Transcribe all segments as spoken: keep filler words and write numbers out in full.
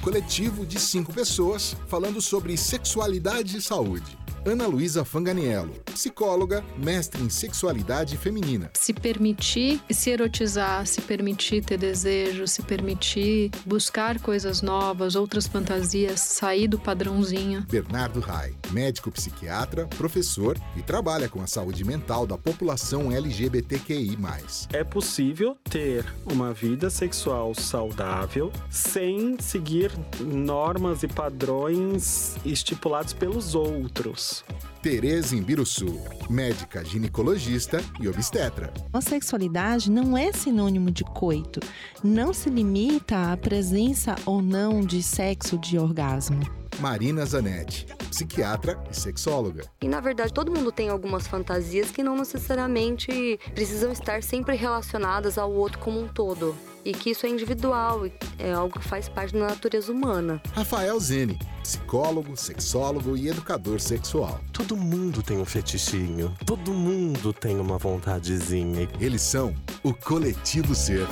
coletivo de cinco pessoas falando sobre sexualidade e saúde. Ana Luísa Fanganiello, psicóloga, mestre em sexualidade feminina. Se permitir se erotizar, se permitir ter desejo, se permitir buscar coisas novas, outras fantasias, sair do padrãozinho. Bernardo Rai, médico psiquiatra, professor e trabalha com a saúde mental da população L G B T Q I mais. É possível ter uma vida sexual saudável sem seguir normas e padrões estipulados pelos outros. Tereza Imbiruçu, médica ginecologista e obstetra. A sexualidade não é sinônimo de coito. Não se limita à presença ou não de sexo, de orgasmo. Marina Zanetti, psiquiatra e sexóloga. E, na verdade, todo mundo tem algumas fantasias que não necessariamente precisam estar sempre relacionadas ao outro como um todo. E que isso é individual, é algo que faz parte da natureza humana. Rafael Zene, psicólogo, sexólogo e educador sexual. Todo mundo tem um fetichinho, todo mundo tem uma vontadezinha. Eles são o Coletivo Ser.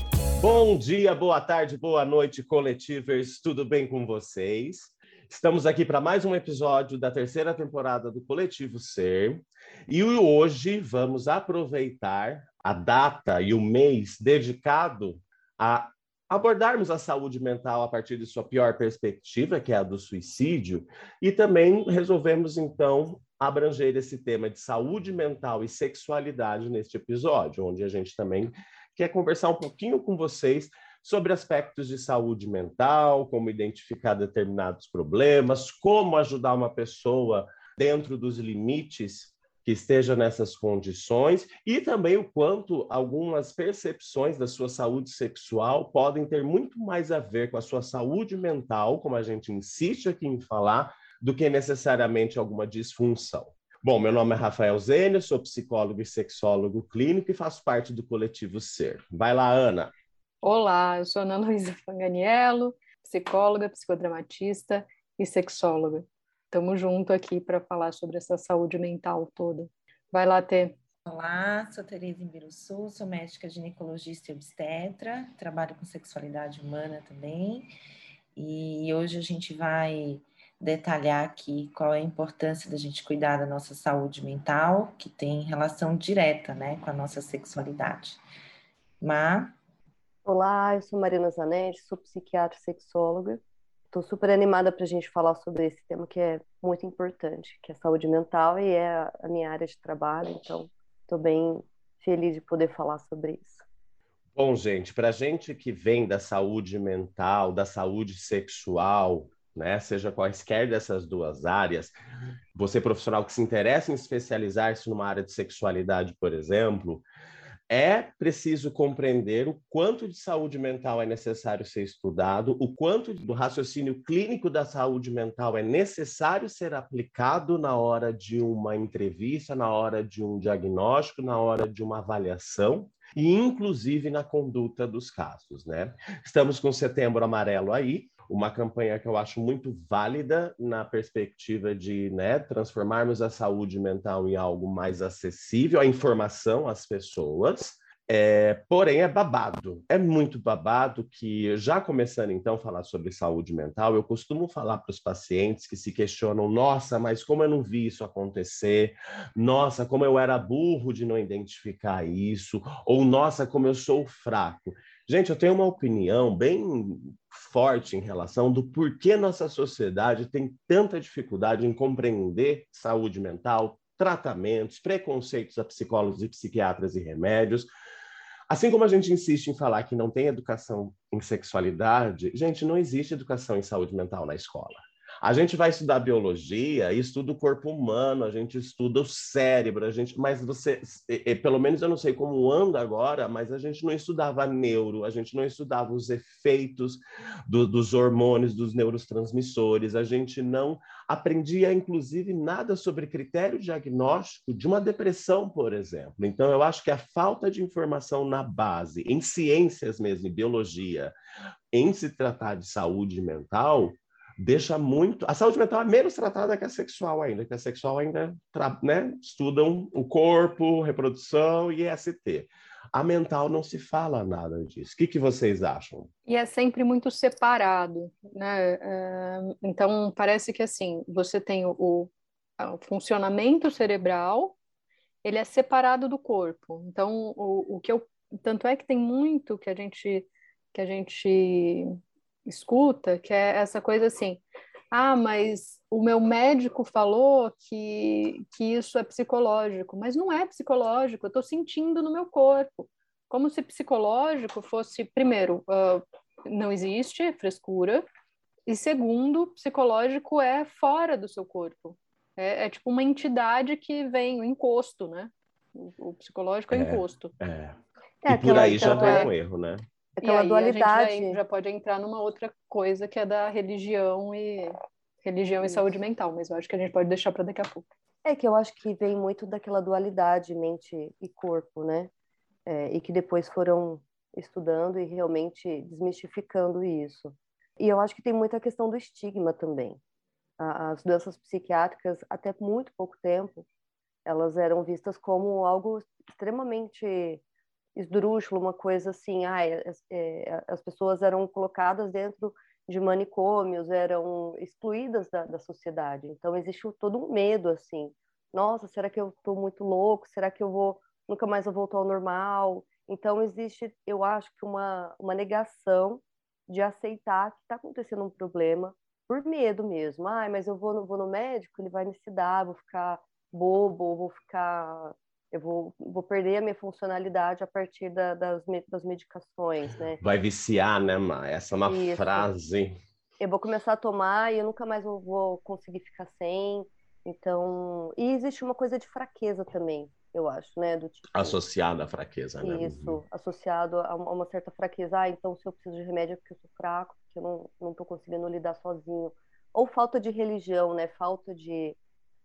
Bom dia, boa tarde, boa noite, coletivers, tudo bem com vocês? Estamos aqui para mais um episódio da terceira temporada do Coletivo Ser e hoje vamos aproveitar a data e o mês dedicado a abordarmos a saúde mental a partir de sua pior perspectiva, que é a do suicídio, e também resolvemos, então, abranger esse tema de saúde mental e sexualidade neste episódio, onde a gente também quer conversar um pouquinho com vocês sobre aspectos de saúde mental, como identificar determinados problemas, como ajudar uma pessoa dentro dos limites que esteja nessas condições e também o quanto algumas percepções da sua saúde sexual podem ter muito mais a ver com a sua saúde mental, como a gente insiste aqui em falar, do que necessariamente alguma disfunção. Bom, meu nome é Rafael Zene, sou psicólogo e sexólogo clínico e faço parte do Coletivo Ser. Vai lá, Ana. Olá, eu sou Ana Luísa Fanganiello, psicóloga, psicodramatista e sexóloga. Estamos juntos aqui para falar sobre essa saúde mental toda. Vai lá, Tê. Olá, sou Tereza Imbiruçu, sou médica ginecologista e obstetra, trabalho com sexualidade humana também, e hoje a gente vai detalhar aqui qual é a importância da gente cuidar da nossa saúde mental, que tem relação direta, né, com a nossa sexualidade. Má? Olá, eu sou Marina Zanetti, sou psiquiatra e sexóloga. Estou super animada para a gente falar sobre esse tema que é muito importante, que é saúde mental e é a minha área de trabalho, então estou bem feliz de poder falar sobre isso. Bom, gente, para a gente que vem da saúde mental, da saúde sexual, né, seja quaisquer dessas duas áreas, você profissional que se interessa em especializar-se numa área de sexualidade, por exemplo, é preciso compreender o quanto de saúde mental é necessário ser estudado, o quanto do raciocínio clínico da saúde mental é necessário ser aplicado na hora de uma entrevista, na hora de um diagnóstico, na hora de uma avaliação e, inclusive, na conduta dos casos, né? Estamos com o Setembro Amarelo aí, uma campanha que eu acho muito válida na perspectiva de, né, transformarmos a saúde mental em algo mais acessível, a informação às pessoas, é, porém é babado, é muito babado que, já começando então a falar sobre saúde mental, eu costumo falar para os pacientes que se questionam, nossa, mas como eu não vi isso acontecer, nossa, como eu era burro de não identificar isso, ou nossa, como eu sou fraco. Gente, eu tenho uma opinião bem forte em relação do porquê nossa sociedade tem tanta dificuldade em compreender saúde mental, tratamentos, preconceitos a psicólogos e psiquiatras e remédios. Assim como a gente insiste em falar que não tem educação em sexualidade, gente, não existe educação em saúde mental na escola. A gente vai estudar biologia, estuda o corpo humano, a gente estuda o cérebro, a gente, mas você, pelo menos eu não sei como anda agora, mas a gente não estudava neuro, a gente não estudava os efeitos do, dos hormônios, dos neurotransmissores, a gente não aprendia, inclusive, nada sobre critério diagnóstico de uma depressão, por exemplo. Então, eu acho que a falta de informação na base, em ciências mesmo, em biologia, em se tratar de saúde mental, deixa muito... A saúde mental é menos tratada que a sexual ainda, que a sexual ainda, né, estudam o corpo, reprodução e E S T. A mental não se fala nada disso. O que, que vocês acham? E é sempre muito separado, né? Então, parece que assim, você tem o, o funcionamento cerebral, ele é separado do corpo. Então, o, o que eu... Tanto é que tem muito que a gente, que a gente escuta, que é essa coisa assim, ah, mas o meu médico falou que, que isso é psicológico, mas não é psicológico, eu estou sentindo no meu corpo. Como se psicológico fosse, primeiro, uh, não existe frescura, e segundo, psicológico é fora do seu corpo. É, é tipo uma entidade que vem, o encosto, né? O, o psicológico é, é encosto. É. É, e por aí já tem um erro, né? Aquela e aí dualidade. A gente já, já pode entrar numa outra coisa que é da religião e religião e saúde mental, mas eu acho que a gente pode deixar para daqui a pouco. É que eu acho que vem muito daquela dualidade mente e corpo, né? É, e que depois foram estudando e realmente desmistificando isso. E eu acho que tem muita questão do estigma também. As doenças psiquiátricas, até muito pouco tempo, elas eram vistas como algo extremamente esdrúxulo, uma coisa assim, ah, as, é, as pessoas eram colocadas dentro de manicômios, eram excluídas da, da sociedade. Então, existe todo um medo, assim, nossa, será que eu estou muito louco? Será que eu vou, nunca mais vou voltar ao normal? Então, existe, eu acho que uma, uma negação de aceitar que está acontecendo um problema por medo mesmo. Ah, mas eu vou no, vou no médico, ele vai me sedar, vou ficar bobo, vou ficar... eu vou, vou perder a minha funcionalidade a partir da, das, das medicações, né? Vai viciar, né, Ma? Essa é uma Isso. frase. Eu vou começar a tomar e eu nunca mais vou, vou conseguir ficar sem. Então, e existe uma coisa de fraqueza também, eu acho, né? Do tipo, associada à fraqueza, né? Isso, Uhum. associado a uma, a uma certa fraqueza. Ah, então se eu preciso de remédio é porque eu sou fraco, porque eu não, não tô conseguindo lidar sozinho. Ou falta de religião, né? Falta de...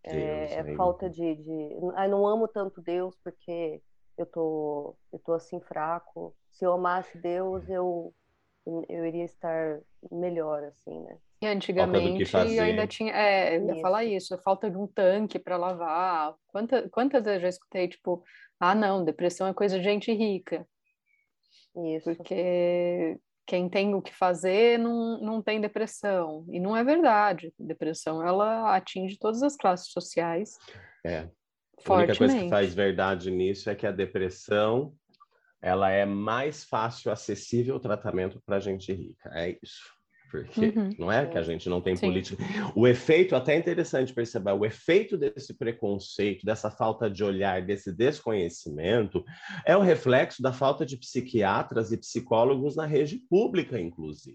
É, é falta de, de... Ah, não amo tanto Deus porque eu tô, eu tô assim fraco. Se eu amasse Deus, eu, eu iria estar melhor, assim, né? E antigamente eu ainda tinha... É, eu ia isso. falar isso. A falta de um tanque para lavar. Quanta, quantas vezes eu já escutei, tipo... Ah, não, depressão é coisa de gente rica. Isso. Porque... quem tem o que fazer não, não tem depressão. E não é verdade. Depressão, ela atinge todas as classes sociais. É. A única coisa que faz verdade nisso é que a depressão, ela é mais fácil acessível ao tratamento para gente rica. É isso. Porque uhum. não é que a gente não tem Sim. política. O efeito, até é interessante perceber, o efeito desse preconceito, dessa falta de olhar, desse desconhecimento, é o reflexo da falta de psiquiatras e psicólogos na rede pública, inclusive.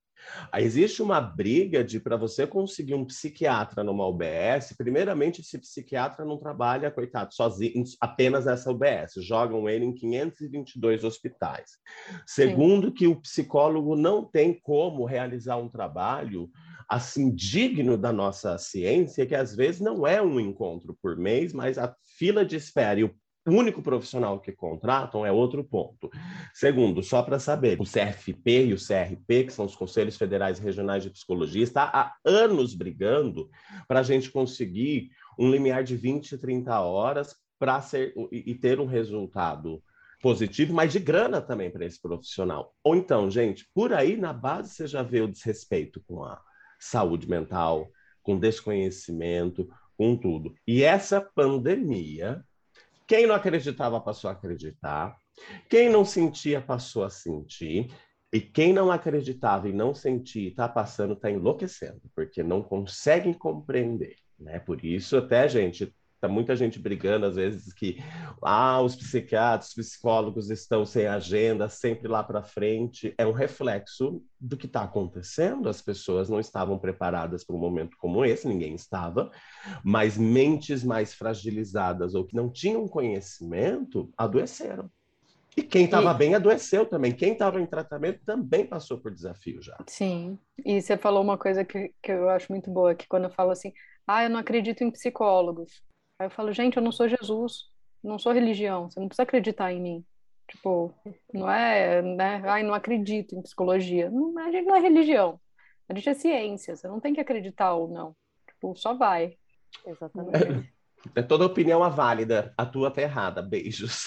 Aí existe uma briga de, para você conseguir um psiquiatra numa U B S, primeiramente esse psiquiatra não trabalha, coitado, sozinho, apenas nessa U B S, jogam ele em quinhentos e vinte e dois hospitais. Segundo, Sim. que o psicólogo não tem como realizar um trabalho assim digno da nossa ciência, que às vezes não é um encontro por mês, mas a fila de espera e o O único profissional que contratam é outro ponto. Segundo, só para saber, o C F P e o C R P, que são os Conselhos Federais Regionais de Psicologia, está há anos brigando para a gente conseguir um limiar de vinte, trinta horas para ser e ter um resultado positivo, mas de grana também para esse profissional. Ou então, gente, por aí na base você já vê o desrespeito com a saúde mental, com desconhecimento, com tudo. E essa pandemia... Quem não acreditava passou a acreditar, quem não sentia passou a sentir, e quem não acreditava e não sentia e está passando está enlouquecendo, porque não conseguem compreender, né? Por isso até, gente, tá muita gente brigando às vezes que ah, os psiquiatras, os psicólogos estão sem agenda, sempre lá para frente. É um reflexo do que está acontecendo. As pessoas não estavam preparadas para um momento como esse, ninguém estava, mas mentes mais fragilizadas ou que não tinham conhecimento adoeceram. E quem estava e... bem adoeceu também. Quem estava em tratamento também passou por desafio já. Sim, e você falou uma coisa que, que eu acho muito boa, que quando eu falo assim, ah, eu não acredito em psicólogos. Aí eu falo, gente, eu não sou Jesus, não sou religião, você não precisa acreditar em mim. Tipo, não é, né? Ai, não acredito em psicologia. Não, a gente não é religião, a gente é ciência, você não tem que acreditar ou não. Tipo, só vai. Exatamente. É toda opinião é válida, a tua tá errada. Beijos.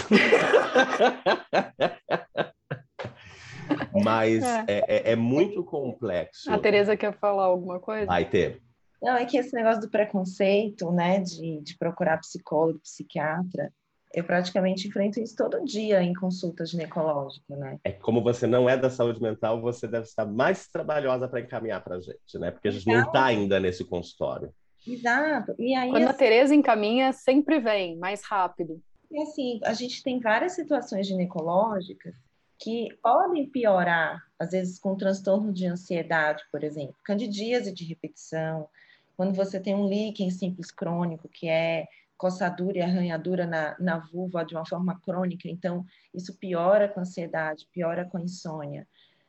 Mas É. é, é, é muito complexo. A Tereza quer falar alguma coisa? Vai ter. Não, é que esse negócio do preconceito, né, de, de procurar psicólogo, psiquiatra, eu praticamente enfrento isso todo dia em consulta ginecológica, né? É que como você não é da saúde mental, você deve estar mais trabalhosa para encaminhar para a gente, né? Porque a gente não está ainda nesse consultório. Exato. E aí, Quando a assim, Tereza encaminha, sempre vem, mais rápido. e assim, a gente tem várias situações ginecológicas que podem piorar, às vezes com transtorno de ansiedade, por exemplo, candidíase de repetição, quando você tem um líquen simples crônico, que é coçadura e arranhadura na, na vulva de uma forma crônica, então isso piora com a ansiedade, piora com a insônia.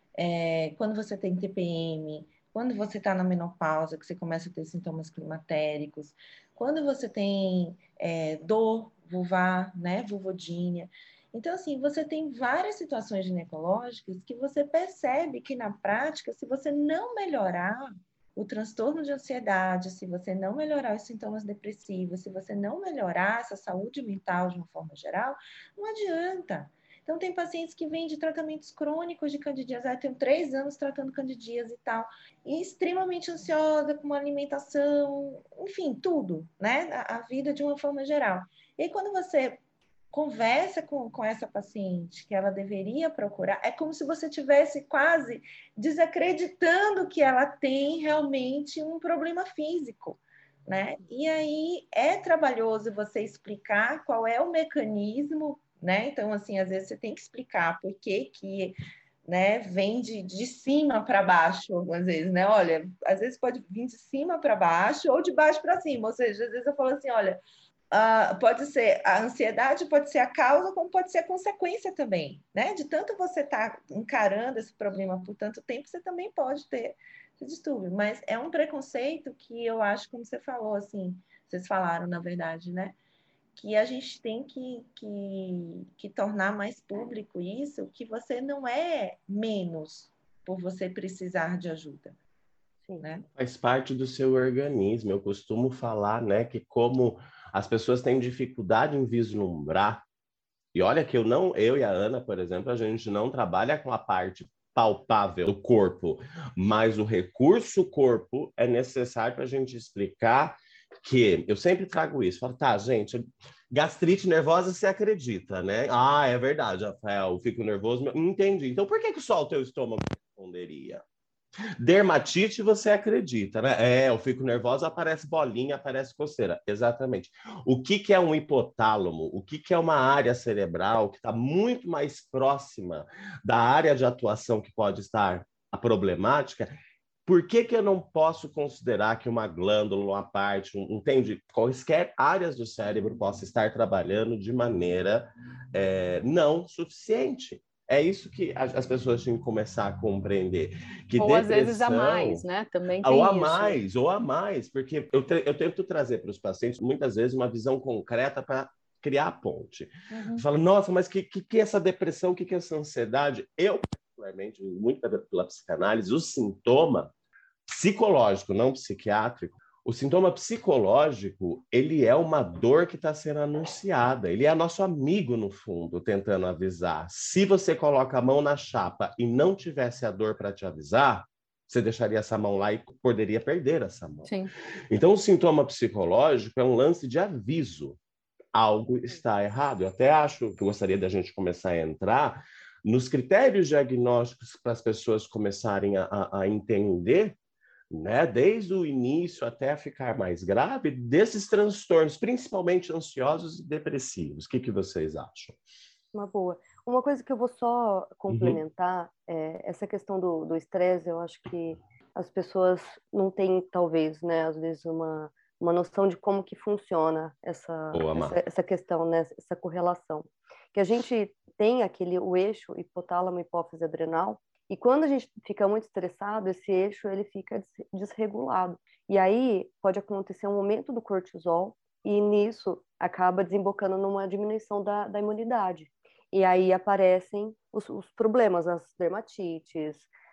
É, quando você tem T P M, quando você está na menopausa, que você começa a ter sintomas climatéricos, quando você tem é, dor vulvar, né, vulvodínia. Então, assim, você tem várias situações ginecológicas que você percebe que, na prática, se você não melhorar o transtorno de ansiedade, se você não melhorar os sintomas depressivos, se você não melhorar essa saúde mental de uma forma geral, não adianta. Então, tem pacientes que vêm de tratamentos crônicos de candidíase. Ah, eu tenho três anos tratando candidíase e tal. E extremamente ansiosa, com uma alimentação, enfim, tudo, né? A, a vida de uma forma geral. E aí, quando você conversa com, com essa paciente que ela deveria procurar, é como se você tivesse quase desacreditando que ela tem realmente um problema físico, né? E aí é trabalhoso você explicar qual é o mecanismo, né? Então, assim, às vezes você tem que explicar por que que, né, vem de, de cima para baixo, às vezes, né? Olha, às vezes pode vir de cima para baixo ou de baixo para cima, ou seja, às vezes eu falo assim, olha, Uh, pode ser a ansiedade, pode ser a causa, como pode ser a consequência também, né? De tanto você estar tá encarando esse problema por tanto tempo, você também pode ter esse distúrbio. Mas é um preconceito que eu acho, como você falou, assim, vocês falaram, na verdade, né? Que a gente tem que, que, que tornar mais público isso, que você não é menos por você precisar de ajuda. Sim. Né? Faz parte do seu organismo. Eu costumo falar, né, que como as pessoas têm dificuldade em vislumbrar, e olha que eu não, eu e a Ana, por exemplo, a gente não trabalha com a parte palpável do corpo, mas o recurso corpo é necessário para a gente explicar que, eu sempre trago isso, falo, tá, gente, gastrite nervosa você acredita, né? Ah, é verdade, Rafael, eu fico nervoso, entendi. Então por que que só o teu estômago responderia? Dermatite, você acredita, né? É, eu fico nervosa, aparece bolinha, aparece coceira. Exatamente. O que, que é um hipotálamo? O que, que é uma área cerebral que está muito mais próxima da área de atuação que pode estar a problemática? Por que, que eu não posso considerar que uma glândula, uma parte, um, entende? Quaisquer áreas do cérebro possa estar trabalhando de maneira é, não suficiente? É isso que as pessoas tinham que começar a compreender. Que ou às vezes a mais, né? Também tem ou a isso. mais, ou a mais, porque eu, eu tento trazer para os pacientes, muitas vezes, uma visão concreta para criar a ponte. Uhum. Falo, nossa, mas o que, que, que é essa depressão, o que, que é essa ansiedade? Eu, particularmente, muito pela psicanálise, o sintoma psicológico, não psiquiátrico, o sintoma psicológico, ele é uma dor que está sendo anunciada. Ele é nosso amigo, no fundo, tentando avisar. Se você coloca a mão na chapa e não tivesse a dor para te avisar, você deixaria essa mão lá e poderia perder essa mão. Sim. Então, o sintoma psicológico é um lance de aviso. Algo está errado. Eu até acho que eu gostaria da gente começar a entrar nos critérios diagnósticos para as pessoas começarem a, a, a entender, né, desde o início até ficar mais grave, desses transtornos, principalmente ansiosos e depressivos. O que, que vocês acham? Uma boa. Uma coisa que eu vou só complementar, uhum. é essa questão do, do estresse. Eu acho que as pessoas não têm, talvez, né, às vezes, uma, uma noção de como que funciona essa, essa, essa questão, né, essa correlação. Que a gente tem aquele, o eixo hipotálamo, hipófise adrenal, e quando a gente fica muito estressado, esse eixo ele fica desregulado. E aí pode acontecer um aumento do cortisol e nisso acaba desembocando numa diminuição da, da imunidade. E aí aparecem os, os problemas, as dermatites,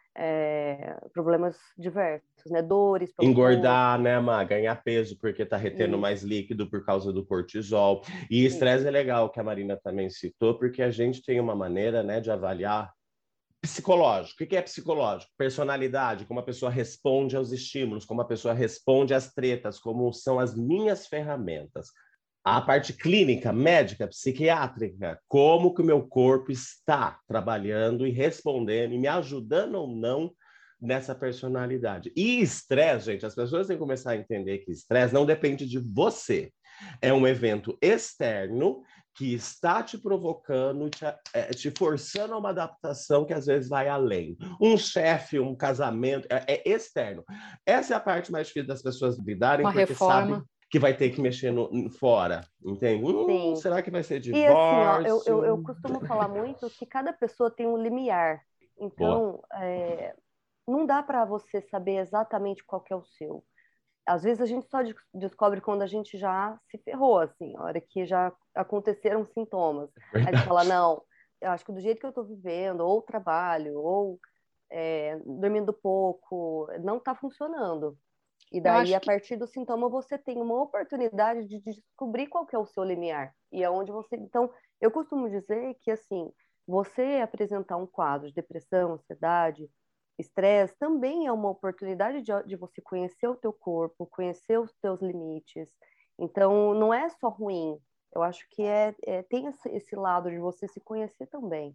é, problemas diversos, né? Dores. Engordar, corpo. né, Má? Ganhar peso porque tá retendo Isso. mais líquido por causa do cortisol. E estresse é legal, que a Marina também citou, porque a gente tem uma maneira, né, de avaliar psicológico. O que é psicológico? Personalidade, como a pessoa responde aos estímulos, como a pessoa responde às tretas, como são as minhas ferramentas. A parte clínica, médica, psiquiátrica, como que o meu corpo está trabalhando e respondendo e me ajudando ou não nessa personalidade. E estresse, gente, as pessoas têm que começar a entender que estresse não depende de você. É um evento externo que está te provocando, te, é, te forçando a uma adaptação que às vezes vai além. Um chefe, um casamento, é, é externo. Essa é a parte mais difícil das pessoas lidarem, uma porque reforma. sabem que vai ter que mexer no, fora, entende? Hum, será que vai ser divórcio? E assim, ó, eu, eu, eu costumo falar muito que cada pessoa tem um limiar. Então, é, não dá para você saber exatamente qual que é o seu. Às vezes a gente só descobre quando a gente já se ferrou, assim, a hora que já aconteceram sintomas. Aí a gente fala, não, eu acho que do jeito que eu estou vivendo, ou trabalho, ou é, dormindo pouco, não está funcionando. E daí, a que... partir do sintoma, você tem uma oportunidade de descobrir qual que é o seu limiar. E é onde você... Então, eu costumo dizer que, assim, você apresentar um quadro de depressão, ansiedade, estresse, também é uma oportunidade de, de você conhecer o teu corpo, conhecer os teus limites. Então, não é só ruim. Eu acho que é, é, tem esse, esse lado de você se conhecer também.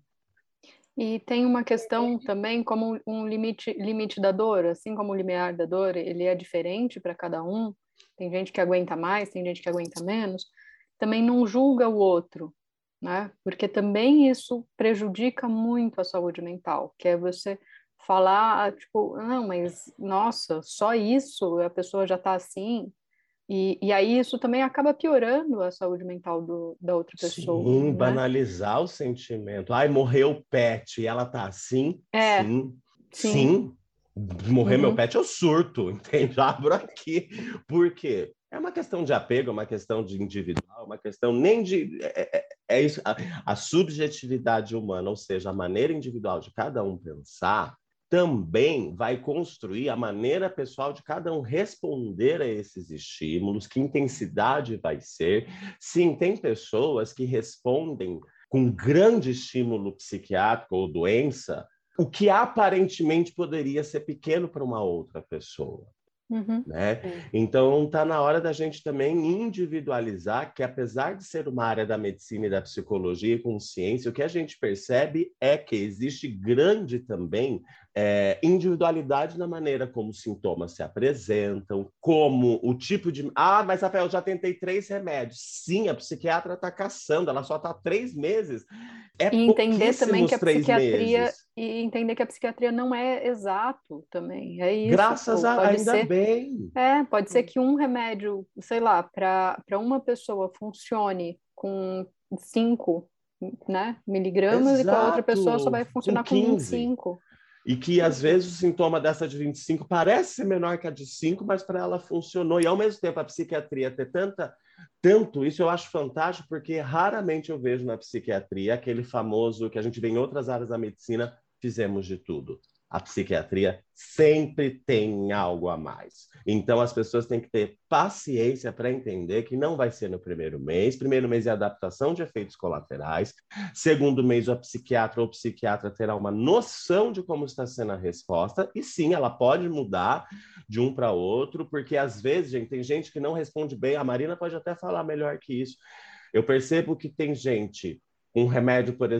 E tem uma questão também como um limite, limite da dor, assim como o limiar da dor, ele é diferente para cada um. Tem gente que aguenta mais, tem gente que aguenta menos. Também não julga o outro, né? Porque também isso prejudica muito a saúde mental, que é você falar, tipo, não, mas nossa, só isso, a pessoa já está assim. E, e aí isso também acaba piorando a saúde mental do, da outra pessoa. Sim, né? banalizar o sentimento. Ai, morreu o pet e ela tá assim? É, sim. sim. Sim. Morrer uhum. meu pet, eu surto, entende? Abro aqui. Por quê? É uma questão de apego, é uma questão de individual, uma questão nem de... É, é, é isso, a, a subjetividade humana, ou seja, a maneira individual de cada um pensar, também vai construir a maneira pessoal de cada um responder a esses estímulos, que intensidade vai ser. Sim, tem pessoas que respondem com grande estímulo psiquiátrico ou doença, o que aparentemente poderia ser pequeno para uma outra pessoa. Uhum. Né? Então, está na hora da gente também individualizar que, apesar de ser uma área da medicina e da psicologia e com ciência, o que a gente percebe é que existe grande também é, individualidade na maneira como os sintomas se apresentam, como o tipo de... Ah, mas, Rafael, eu já tentei três remédios. Sim, a psiquiatra está caçando, ela só está três meses. É e entender também que a psiquiatria meses. E entender que a psiquiatria não é exato também, é isso. Graças a pode ainda ser, bem. É, pode ser que um remédio, sei lá, para para uma pessoa funcione com cinco, né, miligramas, Exato, e com a outra pessoa só vai funcionar com, com vinte e cinco. E que, às vezes, o sintoma dessa de vinte e cinco parece ser menor que a de cinco, mas para ela funcionou. E, ao mesmo tempo, a psiquiatria ter tanta, tanto, isso eu acho fantástico, porque raramente eu vejo na psiquiatria aquele famoso que a gente vê em outras áreas da medicina, fizemos de tudo. A psiquiatria sempre tem algo a mais. Então, as pessoas têm que ter paciência para entender que não vai ser no primeiro mês. Primeiro mês é adaptação de efeitos colaterais. Segundo mês, a psiquiatra ou psiquiatra terá uma noção de como está sendo a resposta. E sim, ela pode mudar de um para outro, porque às vezes, gente, tem gente que não responde bem. A Marina pode até falar melhor que isso. Eu percebo que tem gente... Um remédio, por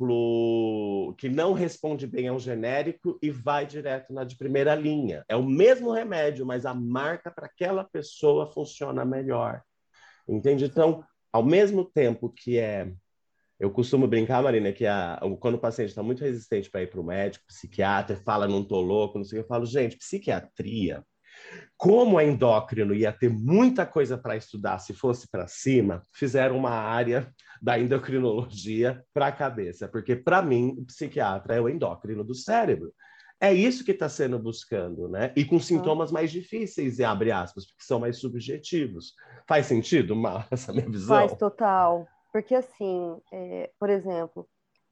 exemplo, que não responde bem ao genérico e vai direto na de primeira linha. É o mesmo remédio, mas a marca para aquela pessoa funciona melhor. Entende? Então, ao mesmo tempo que é... Eu costumo brincar, Marina, que a, quando o paciente está muito resistente para ir para o médico, psiquiatra, fala, não estou louco, não sei o que, eu falo, gente, psiquiatria... Como a endócrino ia ter muita coisa para estudar se fosse para cima, fizeram uma área da endocrinologia para a cabeça, porque para mim o psiquiatra é o endócrino do cérebro. É isso que está sendo buscando, né? E com sintomas mais difíceis, e abre aspas, porque são mais subjetivos. Faz sentido, Mar, essa minha visão? Faz total. Porque assim, é, por exemplo,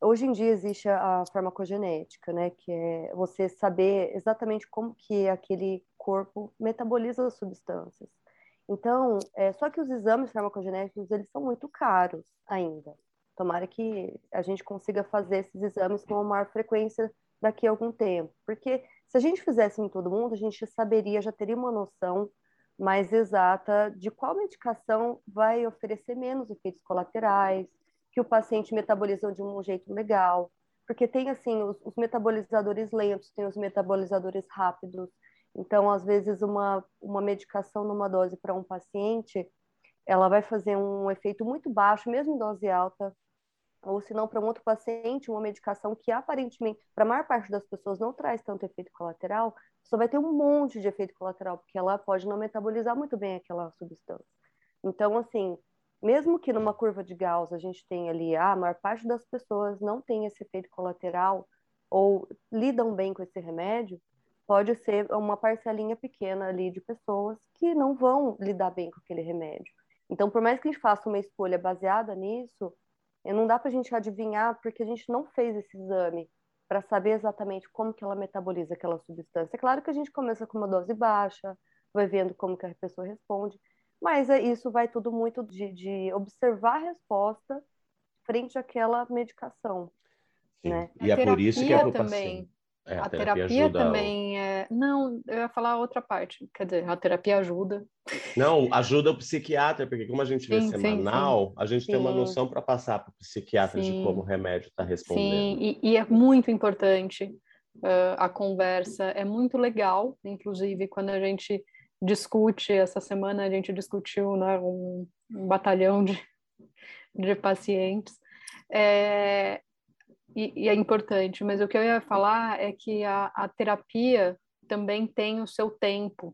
hoje em dia existe a farmacogenética, né, que é você saber exatamente como que aquele corpo metaboliza as substâncias. Então, é, só que os exames farmacogenéticos, eles são muito caros ainda. Tomara que a gente consiga fazer esses exames com uma maior frequência daqui a algum tempo. Porque se a gente fizesse em todo mundo, a gente saberia, já teria uma noção mais exata de qual medicação vai oferecer menos efeitos colaterais, que o paciente metaboliza de um jeito legal. Porque tem, assim, os, os metabolizadores lentos, tem os metabolizadores rápidos. Então, às vezes, uma, uma medicação numa dose para um paciente, ela vai fazer um efeito muito baixo, mesmo em dose alta, ou se não, para um outro paciente, uma medicação que aparentemente, para a maior parte das pessoas, não traz tanto efeito colateral, só vai ter um monte de efeito colateral, porque ela pode não metabolizar muito bem aquela substância. Então, assim, mesmo que numa curva de Gauss a gente tenha ali, ah, a maior parte das pessoas não tem esse efeito colateral, ou lidam bem com esse remédio, pode ser uma parcelinha pequena ali de pessoas que não vão lidar bem com aquele remédio. Então, por mais que a gente faça uma escolha baseada nisso, não dá para a gente adivinhar, porque a gente não fez esse exame para saber exatamente como que ela metaboliza aquela substância. É claro que a gente começa com uma dose baixa, vai vendo como que a pessoa responde, mas isso vai tudo muito de, de observar a resposta frente àquela medicação. Sim. Né? E é por isso que é pro também. paciente. É, a, a terapia, terapia ajuda também o... é... Não, eu ia falar a outra parte. Quer dizer, a terapia ajuda. Não, ajuda o psiquiatra, porque como a gente vê sim, semanal, sim, a gente sim. tem uma noção para passar para o psiquiatra sim. de como o remédio está respondendo. Sim, e, e é muito importante uh, a conversa. É muito legal, inclusive, quando a gente discute, essa semana a gente discutiu, né, um, um batalhão de, de pacientes. É, E, e é importante, mas o que eu ia falar é que a, a terapia também tem o seu tempo.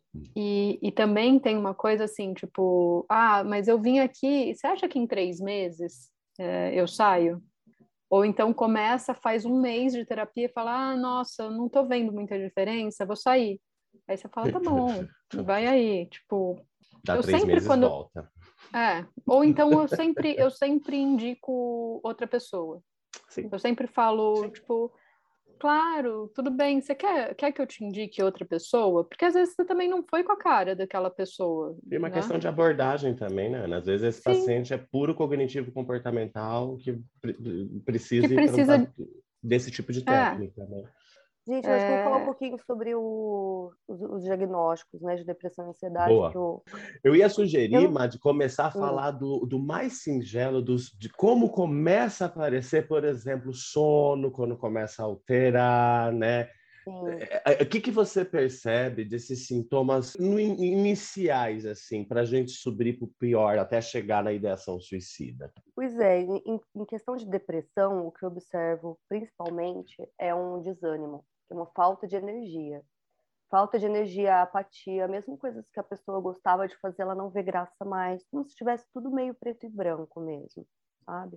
E, e também tem uma coisa assim, tipo, ah, mas eu vim aqui, você acha que em três meses é, eu saio? Ou então começa, faz um mês de terapia e fala, ah, nossa, eu não tô vendo muita diferença, vou sair. Aí você fala, tá bom, vai aí, tipo... Dá eu três sempre meses quando volta. É, ou então eu sempre, eu sempre indico outra pessoa. Sim. Eu sempre falo, tipo, claro, tudo bem, você quer, quer que eu te indique outra pessoa? Porque às vezes você também não foi com a cara daquela pessoa. E uma né? questão de abordagem também, né, Ana? Às vezes esse Sim. paciente é puro cognitivo comportamental que precisa, que ir precisa... pra um, desse tipo de técnica, é. né? Gente, eu acho que eu vou falar um É... pouquinho sobre o, os, os diagnósticos, né, de depressão e ansiedade. Boa. Que eu... eu ia sugerir, eu... Má, de começar a falar hum. do, do mais singelo, dos, de como começa a aparecer, por exemplo, sono, quando começa a alterar, né? O que, que você percebe desses sintomas no, iniciais, assim, para a gente subir para o pior, até chegar na ideação suicida? Pois é, em, em questão de depressão, o que eu observo principalmente é um desânimo, é uma falta de energia. Falta de energia, apatia, mesmo coisas que a pessoa gostava de fazer, ela não vê graça mais, como se tivesse tudo meio preto e branco mesmo, sabe?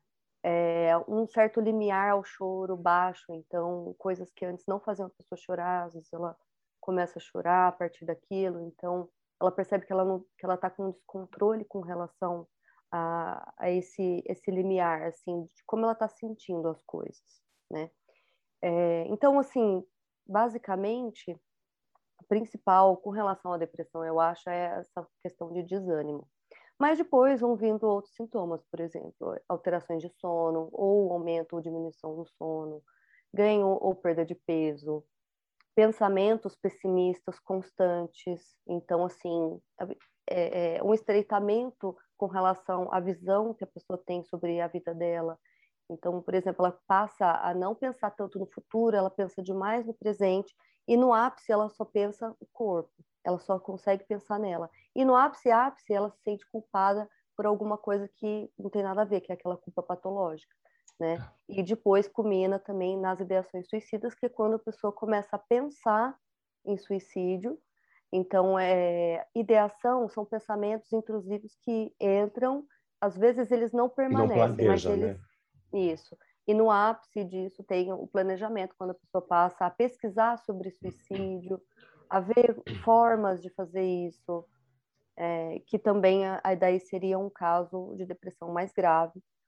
É, um certo limiar ao choro baixo, então coisas que antes não faziam a pessoa chorar, às vezes ela começa a chorar a partir daquilo, então ela percebe que ela não, que ela está com um descontrole com relação a, a esse esse limiar, assim, de como ela está sentindo as coisas, né? É, então, assim, basicamente, o principal com relação à depressão, eu acho, é essa questão de desânimo. Mas depois vão vindo outros sintomas, por exemplo, alterações de sono, ou aumento ou diminuição do sono, ganho ou perda de peso, pensamentos pessimistas constantes. Então, assim, é, é um estreitamento com relação à visão que a pessoa tem sobre a vida dela. Então, por exemplo, ela passa a não pensar tanto no futuro, ela pensa demais no presente, e no ápice ela só pensa o corpo. Ela só consegue pensar nela. E no ápice, ápice, ela se sente culpada por alguma coisa que não tem nada a ver, que é aquela culpa patológica, né? E depois culmina também nas ideações suicidas, que é quando a pessoa começa a pensar em suicídio. Então, é, ideação são pensamentos intrusivos que entram, às vezes eles não permanecem, não planeja, mas eles... né? Isso. E no ápice disso tem o planejamento, quando a pessoa passa a pesquisar sobre suicídio, a ver formas de fazer isso, é, que também aí daí seria um caso de depressão mais grave.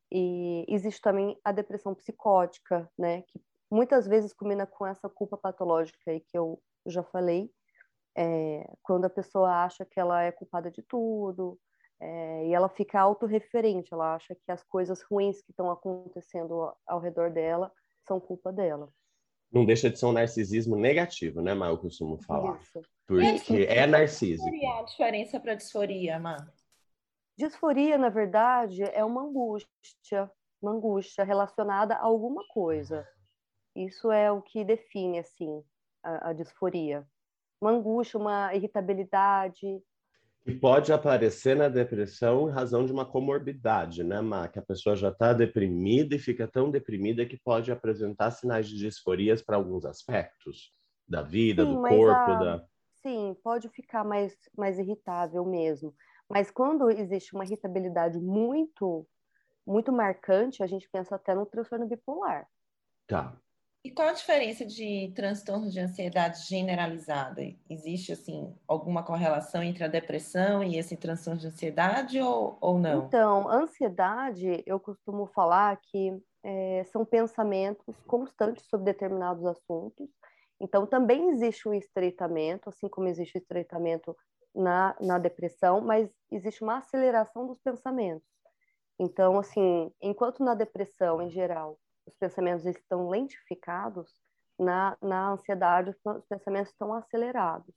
E existe também a depressão psicótica, né? Que muitas vezes combina com essa culpa patológica aí que eu já falei, é, quando a pessoa acha que ela é culpada de tudo, é, e ela fica autorreferente, ela acha que as coisas ruins que estão acontecendo ao, ao redor dela são culpa dela. Não deixa de ser um narcisismo negativo, né, Mar? Eu costumo falar. Isso. Porque é narcísico. Qual seria a diferença para disforia, Mar? Disforia, na verdade, é uma angústia, uma angústia relacionada a alguma coisa. Isso é o que define, assim, a, a disforia. Uma angústia, uma irritabilidade. Que pode aparecer na depressão em razão de uma comorbidade, né, Má? Que a pessoa já está deprimida e fica tão deprimida que pode apresentar sinais de disforias para alguns aspectos da vida, Sim, do mas corpo, a... da... Sim, pode ficar mais, mais irritável mesmo. Mas quando existe uma irritabilidade muito, muito marcante, a gente pensa até no transtorno bipolar. Tá. E qual a diferença de transtorno de ansiedade generalizada? Existe, assim, alguma correlação entre a depressão e esse transtorno de ansiedade ou, ou não? Então, ansiedade, eu costumo falar que é, são pensamentos constantes sobre determinados assuntos. Então, também existe um estreitamento, assim como existe o estreitamento na, na depressão, mas existe uma aceleração dos pensamentos. Então, assim, enquanto na depressão, em geral, os pensamentos estão lentificados, na, na ansiedade os pensamentos estão acelerados.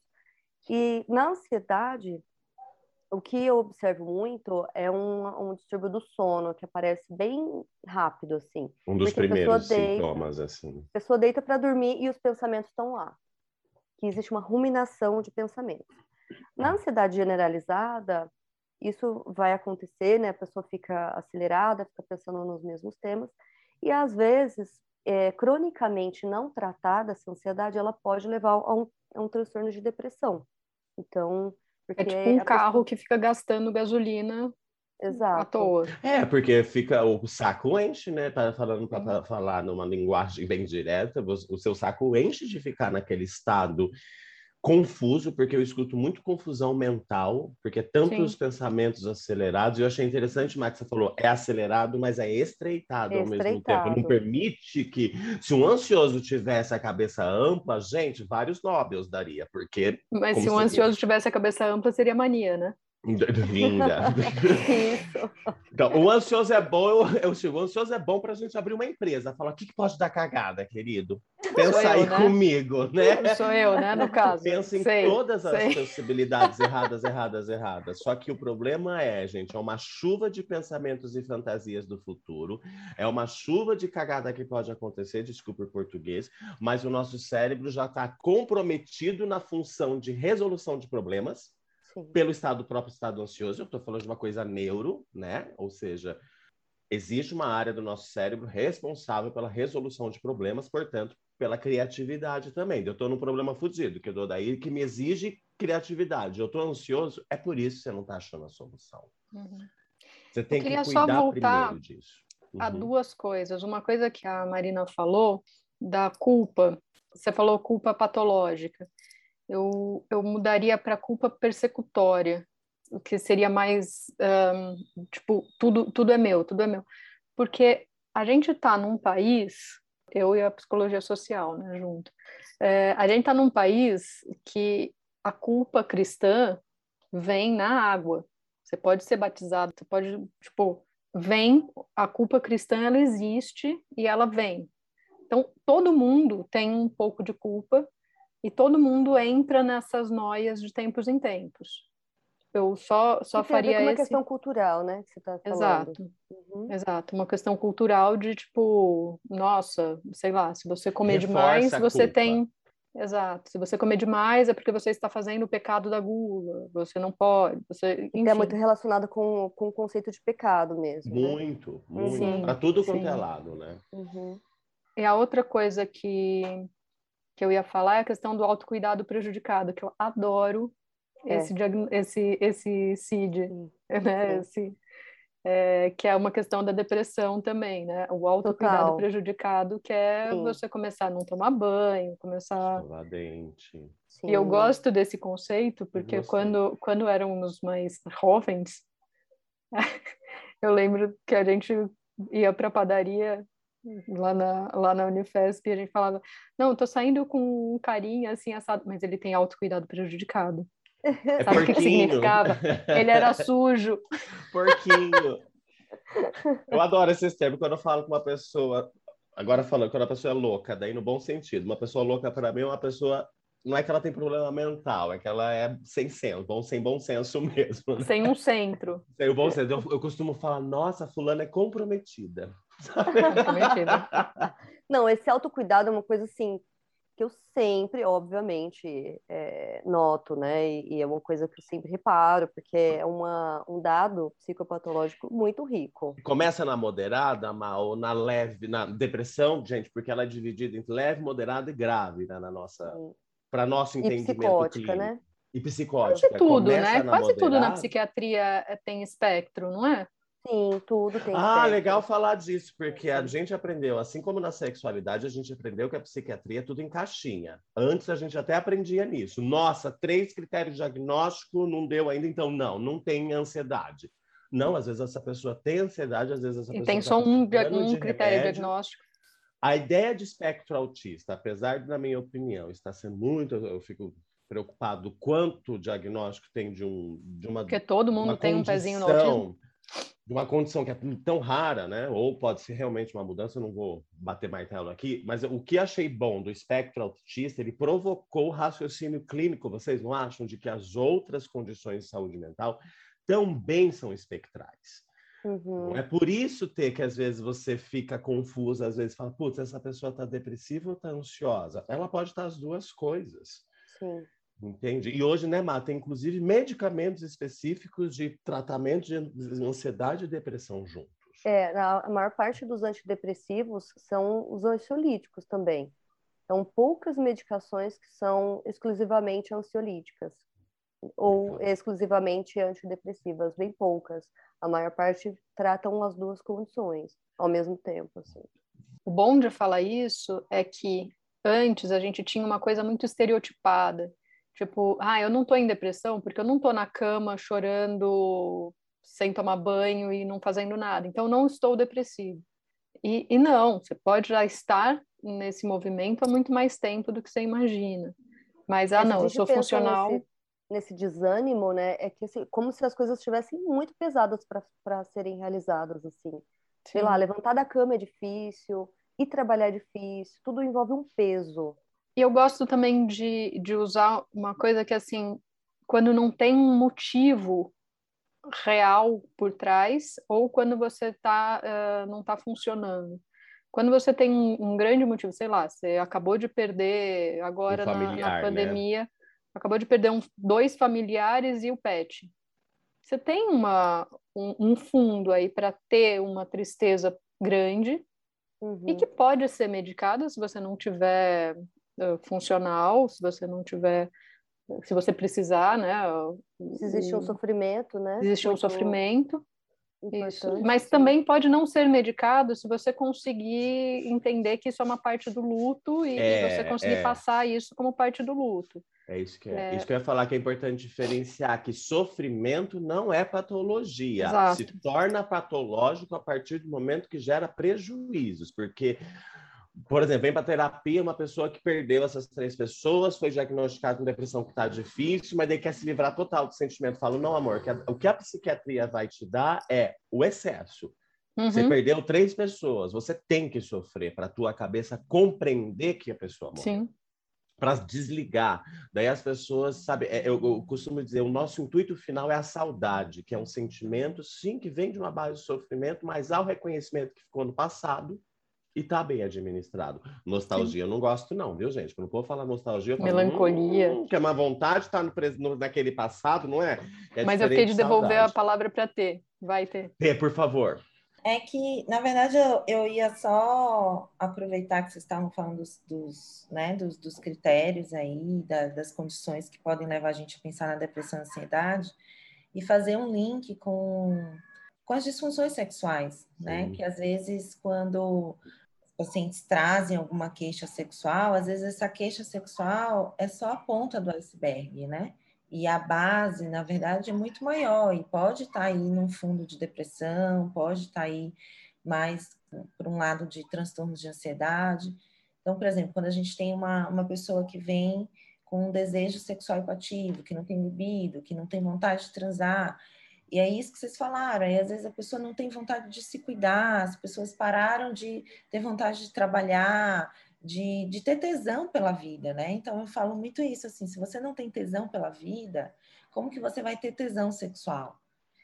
E na ansiedade, o que eu observo muito é um, um distúrbio do sono, que aparece bem rápido, assim. Um dos Porque primeiros a deita, sintomas, assim. A pessoa deita para dormir e os pensamentos estão lá. Que existe uma ruminação de pensamentos. Na ansiedade generalizada, isso vai acontecer, né? A pessoa fica acelerada, fica pensando nos mesmos temas, e às vezes, é, cronicamente não tratada, essa ansiedade, ela pode levar a um, a um transtorno de depressão. Então, porque é tipo um a carro pessoa... que fica gastando gasolina Exato. à toa. É, porque fica o saco enche, né? Para falando para uhum. falar numa linguagem bem direta, o seu saco enche de ficar naquele estado confuso, porque eu escuto muito confusão mental, porque tantos Sim. pensamentos acelerados, e eu achei interessante, Max, você falou, é acelerado, mas é estreitado, ao mesmo tempo. Não permite que, se um ansioso tivesse a cabeça ampla, gente, vários Nobels daria, porque... Mas se um ansioso viu? tivesse a cabeça ampla, seria mania, né? Linda. Isso. Então, o ansioso é bom, eu, eu, o ansioso é bom pra gente abrir uma empresa. Falar, o que, que pode dar cagada, querido? Pensa aí né? comigo, né? Sou eu, né, no caso. Pensa em sei, todas as sei. possibilidades erradas, erradas, erradas. Só que o problema é, gente, é uma chuva de pensamentos e fantasias do futuro, é uma chuva de cagada que pode acontecer, desculpa o português, mas o nosso cérebro já está comprometido na função de resolução de problemas, Sim. pelo estado, próprio estado ansioso. Eu estou falando de uma coisa neuro, né? Ou seja, existe uma área do nosso cérebro responsável pela resolução de problemas, portanto, pela criatividade também. Eu estou num problema fudido, que eu dou daí, que me exige criatividade. Eu estou ansioso, é por isso que você não está achando a solução. Uhum. Você tem que cuidar primeiro disso. Uhum. A duas coisas. Uma coisa que a Marina falou, da culpa. Você falou culpa patológica. Eu, eu mudaria para culpa persecutória, o que seria mais, um, tipo, tudo, tudo é meu, tudo é meu. Porque a gente está num país, eu e a psicologia social, né, junto, é, a gente está num país que a culpa cristã vem na água. Você pode ser batizado, você pode, tipo, vem, a culpa cristã, ela existe e ela vem. Então, todo mundo tem um pouco de culpa, e todo mundo entra nessas noias de tempos em tempos. Eu só, só que faria tem a ver com uma esse... questão cultural, né? Que você está falando. Exato. Uhum. Exato. Uma questão cultural de, tipo, nossa, sei lá, se você comer Reforça demais, você culpa. tem... Exato. Se você comer demais é porque você está fazendo o pecado da gula. Você não pode. Você... Enfim. É muito relacionado com, com o conceito de pecado mesmo. Muito, né? muito. Para tudo quanto é lado, né? Uhum. E a outra coisa que... que eu ia falar é a questão do autocuidado prejudicado, que eu adoro é. esse, esse, esse C I D, Sim. né? Esse, é, que é uma questão da depressão também, né? O autocuidado Total. prejudicado, que é Sim. você começar a não tomar banho, começar... Escovar dente. Sim. E eu gosto desse conceito, porque quando, quando éramos mais jovens, eu lembro que a gente ia para a padaria lá na, lá na Unifesp e a gente falava, não, eu tô saindo com um carinha assim assado, mas ele tem autocuidado prejudicado. É Sabe o que que porquinho. significava? Ele era sujo. Porquinho. Eu adoro esses termos quando eu falo com uma pessoa, agora falando, quando a pessoa é louca, daí no bom sentido. Uma pessoa louca para mim é uma pessoa, não é que ela tem problema mental, é que ela é sem senso, bom, sem bom senso mesmo. Né? Sem um centro. Sem o bom senso. Eu, eu costumo falar, nossa, fulana é comprometida. Comprometida. Não, esse autocuidado é uma coisa assim que eu sempre, obviamente, é, noto, né? E, e é uma coisa que eu sempre reparo, porque é uma, um dado psicopatológico muito rico. Começa na moderada, ou na leve, na depressão, gente, porque ela é dividida entre leve, moderada e grave, né, na nossa, para nosso entendimento e psicótica, clínico. Né? E psicótica. Quase tudo, Começa né? na Quase moderada. tudo na psiquiatria tem espectro, não é? Sim, tudo tem Ah, espectro. legal falar disso, porque a gente aprendeu, assim como na sexualidade, a gente aprendeu que a psiquiatria é tudo em caixinha. Antes a gente até aprendia nisso. Nossa, três critérios diagnósticos, não deu ainda, então não, não tem ansiedade. Não, às vezes essa pessoa tem ansiedade, às vezes essa E pessoa tem tá só um, precisando um de critério remédio. diagnóstico. A ideia de espectro autista, apesar de, na minha opinião, estar sendo muito, eu fico preocupado do quanto diagnóstico tem de, um, de uma Porque todo mundo uma tem condição, um pezinho no autismo. de uma condição que é tão rara, né? Ou pode ser realmente uma mudança, eu não vou bater martelo aqui, mas o que achei bom do espectro autista, ele provocou raciocínio clínico, vocês não acham, de que as outras condições de saúde mental também são espectrais? Uhum. Não é por isso ter que às vezes você fica confuso, às vezes fala, putz, essa pessoa está depressiva ou está ansiosa? Ela pode estar as duas coisas. Sim. Entende? E hoje, né, Má, tem inclusive medicamentos específicos de tratamento de ansiedade e depressão juntos. É, a maior parte dos antidepressivos são os ansiolíticos também. São poucas medicações que são exclusivamente ansiolíticas ou exclusivamente antidepressivas, bem poucas. A maior parte tratam as duas condições ao mesmo tempo, assim. O bom de falar isso é que antes a gente tinha uma coisa muito estereotipada. Tipo, ah, eu não tô em depressão porque eu não tô na cama chorando sem tomar banho e não fazendo nada. Então, eu não estou depressivo. E, e não, você pode já estar nesse movimento há muito mais tempo do que você imagina. Mas, ah, É, não, eu sou funcional... Nesse, nesse desânimo, né, é que assim, como se as coisas estivessem muito pesadas para serem realizadas, assim. Sim. Sei lá, levantar da cama é difícil, ir trabalhar é difícil, tudo envolve um peso. E eu gosto também de, de usar uma coisa que, assim, quando não tem um motivo real por trás, ou quando você tá, uh, não está funcionando. Quando você tem um, um grande motivo, sei lá, você acabou de perder agora um familiar, na, na pandemia, né? Acabou de perder um, dois familiares e o pet. Você tem uma, um, um fundo aí para ter uma tristeza grande, uhum. E que pode ser medicada se você não tiver uh, funcional, se você não tiver, se você precisar, né? Se existe um sofrimento, né? Se existe um sofrimento. Isso. Mas sim. também pode não ser medicado se você conseguir entender que isso é uma parte do luto e, é, e você conseguir é. passar isso como parte do luto. É isso que é. é. Isso que eu ia falar que é importante diferenciar, que sofrimento não é patologia. Exato. Se torna patológico a partir do momento que gera prejuízos, porque, por exemplo, vem para terapia uma pessoa que perdeu essas três pessoas, foi diagnosticada com depressão que está difícil, mas daí quer se livrar total do sentimento. Falo, não, amor, que a, o que a psiquiatria vai te dar é o excesso. Uhum. Você perdeu três pessoas, você tem que sofrer para a tua cabeça compreender que a pessoa morreu. Sim. Para desligar. Daí as pessoas, sabe, eu, eu costumo dizer, o nosso intuito final é a saudade, que é um sentimento, sim, que vem de uma base de sofrimento, mas há o reconhecimento que ficou no passado e está bem administrado. Nostalgia, sim. Eu não gosto não, viu, gente? Quando o povo fala nostalgia, eu falo... Melancolia. Hum, que é uma vontade de estar no, no, naquele passado, não é? é mas eu fiquei de devolver saudade. A palavra para ter. Vai ter. Ter, por favor. É que, na verdade, eu, eu ia só aproveitar que vocês estavam falando dos, dos, né, dos, dos critérios aí, da, das condições que podem levar a gente a pensar na depressão e ansiedade, e fazer um link com, com as disfunções sexuais, né? Que às vezes, quando os pacientes trazem alguma queixa sexual, às vezes essa queixa sexual é só a ponta do iceberg, né? E a base, na verdade, é muito maior e pode estar aí num fundo de depressão, pode estar aí mais por um lado de transtornos de ansiedade. Então, por exemplo, quando a gente tem uma, uma pessoa que vem com um desejo sexual hipoativo, que não tem libido, que não tem vontade de transar, e é isso que vocês falaram, aí às vezes a pessoa não tem vontade de se cuidar, as pessoas pararam de ter vontade de trabalhar, de, de ter tesão pela vida, né? Então eu falo muito isso, assim, se você não tem tesão pela vida, como que você vai ter tesão sexual?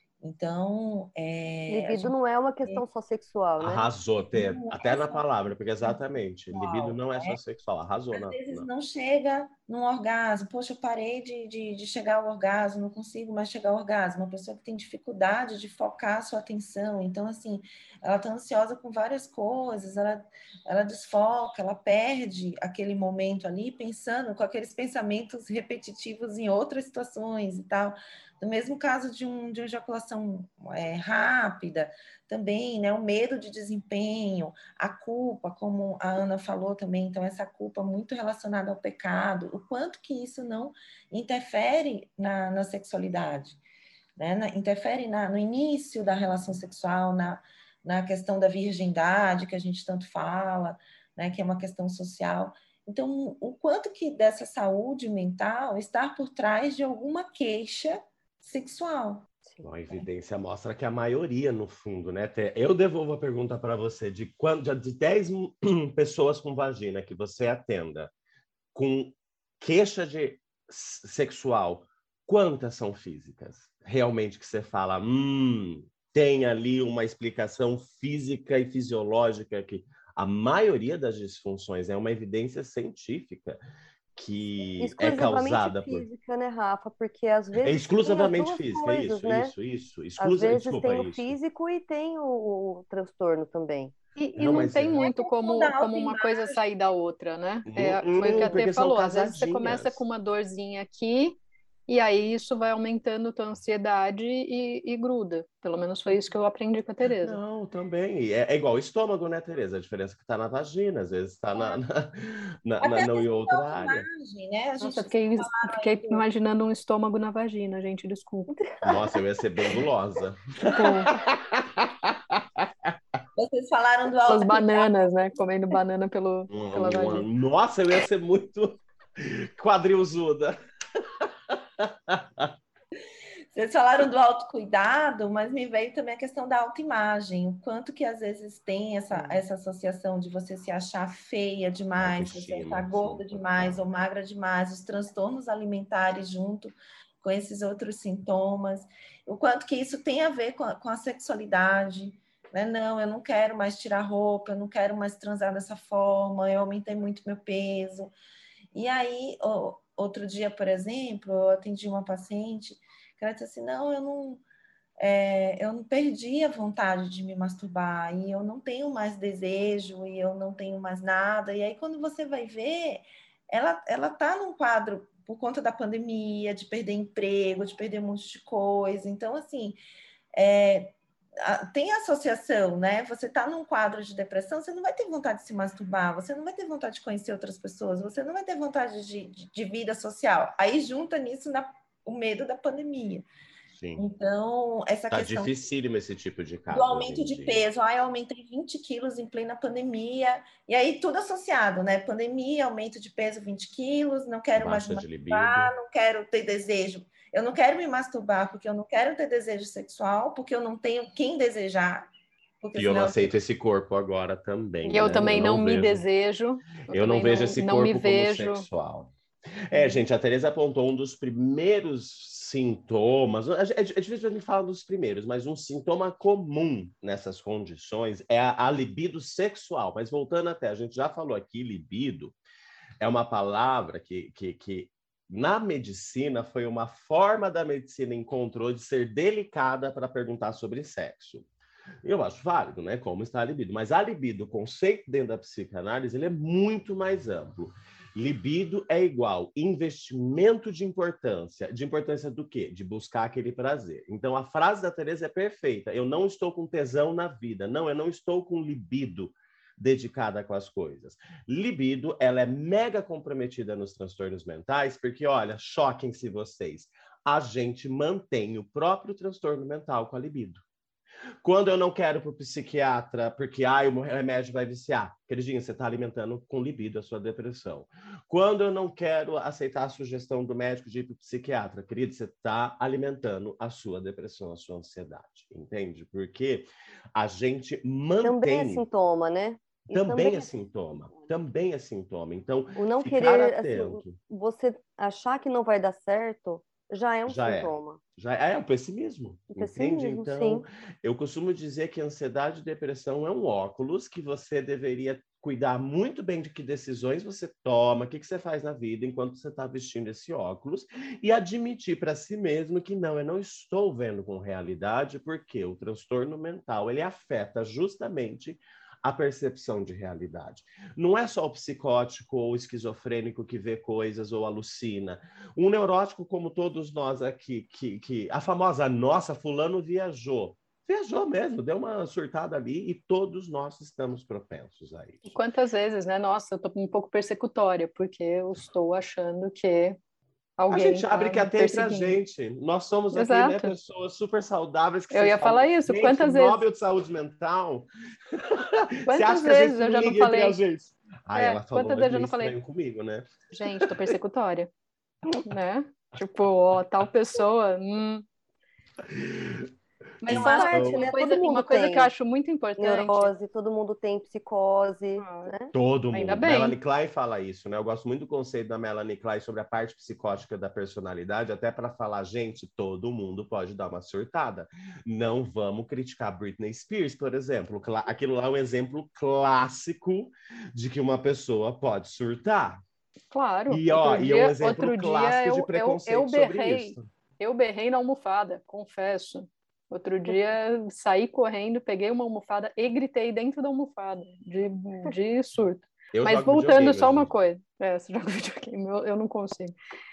Então, é, libido gente... não é uma questão só sexual, né? Arrasou, Tê. Até é na palavra, porque exatamente, sexual, libido não é só sexual, arrasou. Às na, vezes na... não chega num orgasmo, poxa, eu parei de, de, de chegar ao orgasmo, não consigo mais chegar ao orgasmo, uma pessoa que tem dificuldade de focar a sua atenção, então, assim, ela está ansiosa com várias coisas, ela, ela desfoca, ela perde aquele momento ali, pensando com aqueles pensamentos repetitivos em outras situações e tal. No mesmo caso de, um, de uma ejaculação é, rápida, também, né, o medo de desempenho, a culpa, como a Ana falou também, então essa culpa muito relacionada ao pecado, o quanto que isso não interfere na, na sexualidade, né, na, interfere na, no início da relação sexual, na, na questão da virgindade, que a gente tanto fala, né, que é uma questão social. Então, o quanto que dessa saúde mental está por trás de alguma queixa sexual. A evidência mostra que a maioria, no fundo, né? Eu devolvo a pergunta para você, de quando de dez pessoas com vagina que você atenda, com queixa de sexual, quantas são físicas? Realmente que você fala, hum, tem ali uma explicação física e fisiológica que a maioria das disfunções é uma evidência científica que é causada por... física, né, Rafa? Porque às vezes é exclusivamente física, coisas, isso, né? isso, isso, Exclusiv... Às vezes Desculpa, tem o isso. físico e tem o, o transtorno também. E, e não, não tem é... muito como, como uma coisa sair da outra, né? É, hum, foi o que a Tê falou, às vezes você casadinhas. começa com uma dorzinha aqui, e aí isso vai aumentando a tua ansiedade e, e gruda. Pelo menos foi isso que eu aprendi com a Tereza. Não, também. É, é igual o estômago, né, Tereza? A diferença é que está na vagina, às vezes está na, na, na, na não em outra área. Né? Nossa, fiquei, fiquei imaginando um estômago na vagina, gente, desculpa. Nossa, eu ia ser bem gulosa. Vocês falaram do As bananas, né? Comendo banana pelo, pela vagina. Nossa, eu ia ser muito quadrilzuda. Vocês falaram do autocuidado, mas me veio também a questão da autoimagem, o quanto que às vezes tem essa, essa associação de você se achar feia demais, você estar gorda demais ou magra demais, os transtornos alimentares junto com esses outros sintomas, o quanto que isso tem a ver com a, com a sexualidade, né? Não, eu não quero mais tirar roupa, eu não quero mais transar dessa forma, eu aumentei muito meu peso. E aí, outro dia, por exemplo, eu atendi uma paciente que ela disse assim, não, eu não, é, eu não perdi a vontade de me masturbar, e eu não tenho mais desejo, e eu não tenho mais nada. E aí, quando você vai ver, ela ela tá num quadro por conta da pandemia, de perder emprego, de perder um monte de coisa. Então, assim, é, tem associação, né? Você tá num quadro de depressão, você não vai ter vontade de se masturbar, você não vai ter vontade de conhecer outras pessoas, você não vai ter vontade de, de, de vida social. Aí junta nisso na, o medo da pandemia. Sim. Então, essa tá questão... Tá dificílimo esse tipo de caso. Do aumento de peso. Ah, eu aumentei vinte quilos em plena pandemia. E aí, tudo associado, né? Pandemia, aumento de peso vinte quilos, não quero Baixa mais de masturbar, libido. Não quero ter desejo. Eu não quero me masturbar porque eu não quero ter desejo sexual, porque eu não tenho quem desejar. E eu não aceito eu... esse corpo agora também. E eu né? também eu não, não me vejo... desejo. Eu, eu não vejo não, esse não corpo me como vejo. sexual. É, gente, a Tereza apontou um dos primeiros sintomas, é difícil a gente falar dos primeiros, mas um sintoma comum nessas condições é a, a libido sexual. Mas voltando até, a gente já falou aqui, libido é uma palavra que, que, que na medicina foi uma forma da medicina encontrou de ser delicada para perguntar sobre sexo. Eu acho válido, né? Como está a libido. Mas a libido, o conceito dentro da psicanálise, ele é muito mais amplo. Libido é igual investimento de importância. De importância do quê? De buscar aquele prazer. Então, a frase da Tereza é perfeita. Eu não estou com tesão na vida. Não, eu não estou com libido dedicada com as coisas. Libido, ela é mega comprometida nos transtornos mentais, porque, olha, choquem-se vocês. A gente mantém o próprio transtorno mental com a libido. Quando eu não quero ir para o psiquiatra, porque ai, o remédio vai viciar. Queridinha, você está alimentando com libido a sua depressão. Quando eu não quero aceitar a sugestão do médico de ir para o psiquiatra, querido, você está alimentando a sua depressão, a sua ansiedade. Entende? Porque a gente mantém... Também é sintoma, né? Também, também é sintoma. Também é sintoma. Então, o não ficar querer, atento. Assim, você achar que não vai dar certo... Já é um já sintoma. É. Já é o pessimismo, o pessimismo, entende? Então, sim. eu costumo dizer que ansiedade e depressão é um óculos que você deveria cuidar muito bem de que decisões você toma, o que, que você faz na vida enquanto você está vestindo esse óculos e admitir para si mesmo que não, eu não estou vendo com realidade, porque o transtorno mental, ele afeta justamente a percepção de realidade. Não é só o psicótico ou o esquizofrênico que vê coisas ou alucina. Um neurótico como todos nós aqui, que, que a famosa nossa, fulano viajou. Viajou mesmo, deu uma surtada ali e todos nós estamos propensos a isso. E quantas vezes, né? Nossa, eu estou um pouco persecutória, porque eu estou achando que alguém a gente abre tá que até pra gente. Nós somos aqui, Exato. né, pessoas super saudáveis. Que eu ia falar falam, isso. gente, Quantas Nobel vezes? de saúde mental. Quantas acha vezes que a gente eu já não liga falei? Entre a gente? Ah, é, ela falou quantas vezes eu não falei? Comigo, né? Gente, tô persecutória, né? Tipo, ó, tal pessoa. Hum. Mas faz sabe, parte, uma né? coisa, Todo mundo uma coisa tem que eu acho muito importante. Neurose, todo mundo tem psicose, ah, né? Todo Ainda mundo. bem. Melanie Klein fala isso, né? Eu gosto muito do conceito da Melanie Klein sobre a parte psicótica da personalidade, até para falar, gente, todo mundo pode dar uma surtada. Não vamos criticar Britney Spears, por exemplo. Aquilo lá é um exemplo clássico de que uma pessoa pode surtar. Claro. E, ó, outro e dia, é um exemplo outro clássico dia eu, de preconceito eu, eu sobre berrei, isso. Eu berrei na almofada, confesso. Outro dia saí correndo, peguei uma almofada e gritei dentro da almofada, de, de surto. Eu Mas voltando só uma coisa. É, você joga videogame, eu, eu não consigo.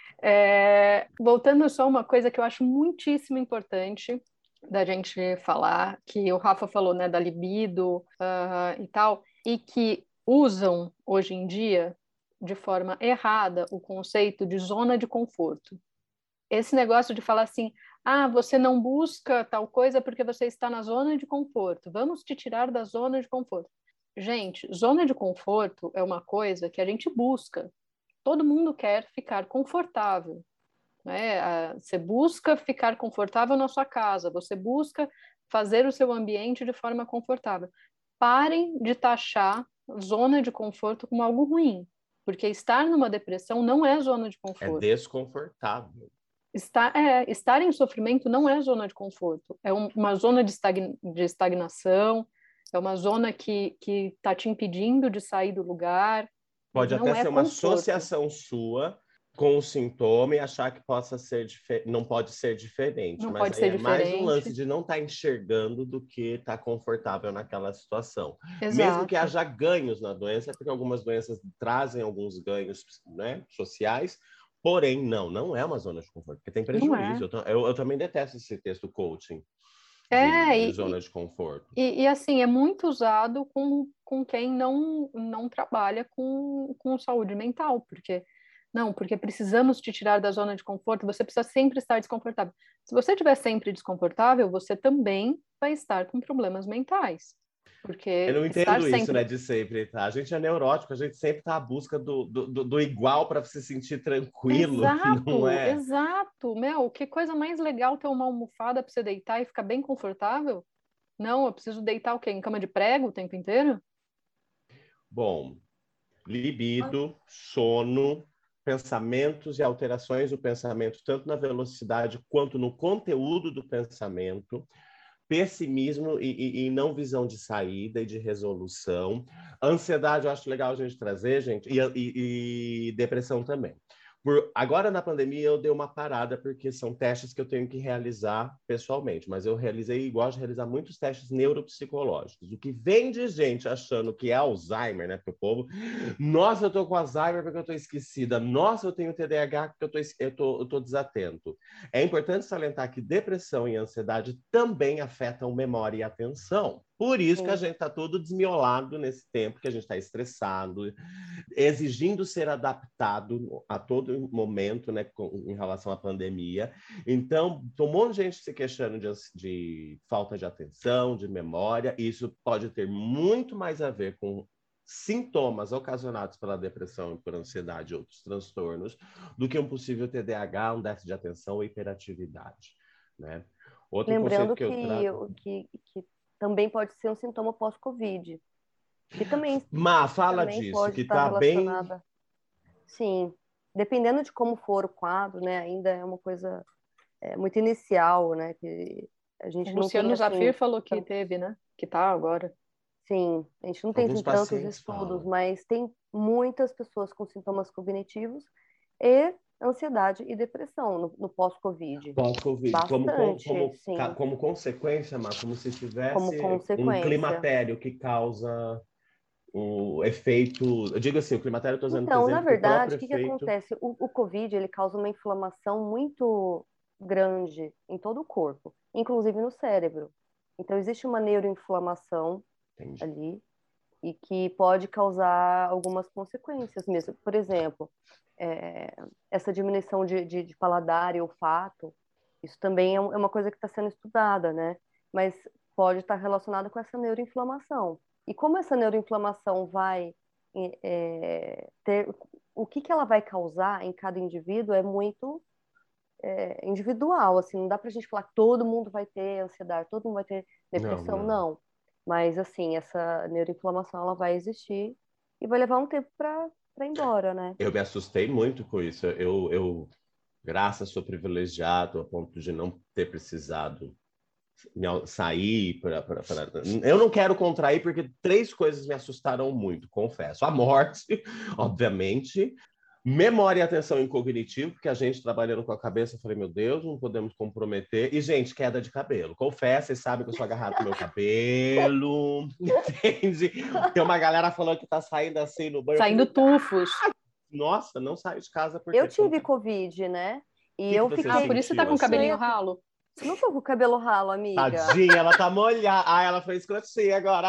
É, voltando só uma coisa que eu acho muitíssimo importante da gente falar, que o Rafa falou, né, da libido uh, e tal, e que usam hoje em dia de forma errada o conceito de zona de conforto. Esse negócio de falar assim, ah, você não busca tal coisa porque você está na zona de conforto, vamos te tirar da zona de conforto. Gente, zona de conforto é uma coisa que a gente busca. Todo mundo quer ficar confortável, né? Você busca ficar confortável na sua casa, você busca fazer o seu ambiente de forma confortável. Parem de taxar zona de conforto como algo ruim, porque estar numa depressão não é zona de conforto. É desconfortável. Estar, é, estar em sofrimento não é zona de conforto, é um, uma zona de, estagna, de estagnação, é uma zona que está te impedindo de sair do lugar. Pode não até é ser uma conforto. associação sua com o sintoma e achar que possa ser não pode ser diferente. Não mas pode aí ser é diferente. mais um lance de não estar tá enxergando do que estar tá confortável naquela situação. Exato. Mesmo que haja ganhos na doença, porque algumas doenças trazem alguns ganhos, né, sociais, porém, não, não é uma zona de conforto, porque tem prejuízo. É. Eu, eu, eu também detesto esse texto coaching é, de, de e, zona de conforto. E, e, assim, é muito usado com, com quem não, não trabalha com, com saúde mental, porque, não, porque precisamos te tirar da zona de conforto, você precisa sempre estar desconfortável. Se você estiver sempre desconfortável, você também vai estar com problemas mentais. Porque eu não entendo isso, sempre... né, de sempre, tá? A gente é neurótico, a gente sempre tá à busca do, do, do igual para se sentir tranquilo, exato, não é? Exato, meu, que coisa mais legal ter uma almofada para você deitar e ficar bem confortável. Não, eu preciso deitar o quê? Em cama de prego o tempo inteiro? Bom, libido, sono, pensamentos e alterações do pensamento, tanto na velocidade quanto no conteúdo do pensamento, pessimismo e, e, e não visão de saída e de resolução. Ansiedade eu acho legal a gente trazer, gente, e, e, e depressão também. Por, agora, na pandemia, eu dei uma parada, porque são testes que eu tenho que realizar pessoalmente, mas eu realizei e gosto de realizar muitos testes neuropsicológicos. O que vem de gente achando que é Alzheimer, né, pro povo, nossa, eu tô com Alzheimer porque eu tô esquecida, nossa, eu tenho T D A H porque eu tô, eu tô, eu tô desatento. É importante salientar que depressão e ansiedade também afetam memória e atenção. Por isso que a Sim. gente está todo desmiolado nesse tempo, que a gente está estressado, exigindo ser adaptado a todo momento, né, com, em relação à pandemia. Então, um monte de gente se queixando de, de falta de atenção, de memória, e isso pode ter muito mais a ver com sintomas ocasionados pela depressão e por ansiedade e outros transtornos, do que um possível T D A H, um déficit de atenção ou hiperatividade, né? Outro conceito Lembrando que eu que, trago... o- que, que também pode ser um sintoma pós-Covid, que também, Má, fala também disso, pode que estar está bem... relacionada. Sim, dependendo de como for o quadro, né? Ainda é uma coisa é, muito inicial, né? Que a O gente não tem, Luciano Zafir assim, falou que tan- teve, né? Que tá agora. sim, a gente não tem Alguns assim, tantos pacientes estudos, falam. mas tem muitas pessoas com sintomas cognitivos e ansiedade e depressão no, no pós-Covid. Pós-Covid, como, como, Bastante, como, ca- sim, como consequência, mas como se como tivesse um consequência. climatério que causa o efeito. Eu digo assim, o climatério, estou usando por Então, na exemplo, que o verdade, próprio o que que efeito. acontece? O, o Covid, ele causa uma inflamação muito grande em todo o corpo, inclusive no cérebro. Então, existe uma neuroinflamação Entendi. ali e que pode causar algumas consequências mesmo. Por exemplo, é, essa diminuição de, de, de paladar e olfato, isso também é um- é uma coisa que está sendo estudada, né? Mas pode estar relacionado com essa neuroinflamação. E como essa neuroinflamação vai é, ter, o que que ela vai causar em cada indivíduo é muito é, individual, assim, não dá pra gente falar que todo mundo vai ter ansiedade, todo mundo vai ter Não, depressão, não. não. Mas, assim, essa neuroinflamação, ela vai existir e vai levar um tempo para para ir embora, né? Eu me assustei muito com isso. Eu, eu, graças, sou privilegiado a ponto de não ter precisado me au- sair para. Eu não quero contrair porque três coisas me assustaram muito, confesso. A morte, obviamente. Memória e atenção em cognitivo, porque a gente trabalhando com a cabeça, eu falei, meu Deus, não podemos comprometer. E, gente, queda de cabelo. Confesso, vocês sabem que eu sou agarrado com meu cabelo, entende? Tem uma galera falando que tá saindo assim no banho. Eu Saindo falei, tufos. nossa, não saio de casa porque... Eu tive O Covid, né? E que, que eu você Ah, fiquei... por isso você tá sentiu, com o assim? cabelinho estranha. ralo? Não tô com o cabelo ralo, amiga. Tadinha, ela tá molhada. Ah, ela foi escrotinha agora.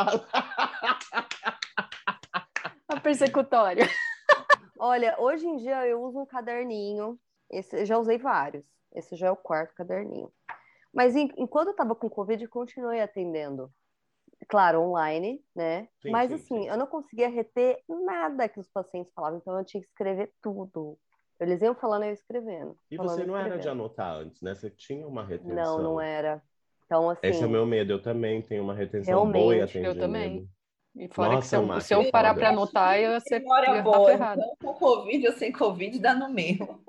A persecutória. Olha, hoje em dia eu uso um caderninho. Esse, eu já usei vários. Esse já é o quarto caderninho. Mas em- enquanto eu tava com Covid, eu continuei atendendo. Claro, online, né? Sim, Mas sim, assim, sim. eu não conseguia reter nada que os pacientes falavam, então eu tinha que escrever tudo. Eles iam falando, eu ia escrevendo, E falando, você eu não era de escrevendo. anotar antes, né? Você tinha uma Não, não retenção. era. Então, Esse é o assim, meu medo. Eu também tenho uma retenção boa e realmente, Eu também. atendimento. E fora que se Nossa, eu, Má, se que eu parar foda. para anotar, eu ia ser, Memória ia estar boa, ferrada. então com Covid ou sem Covid dá no mesmo.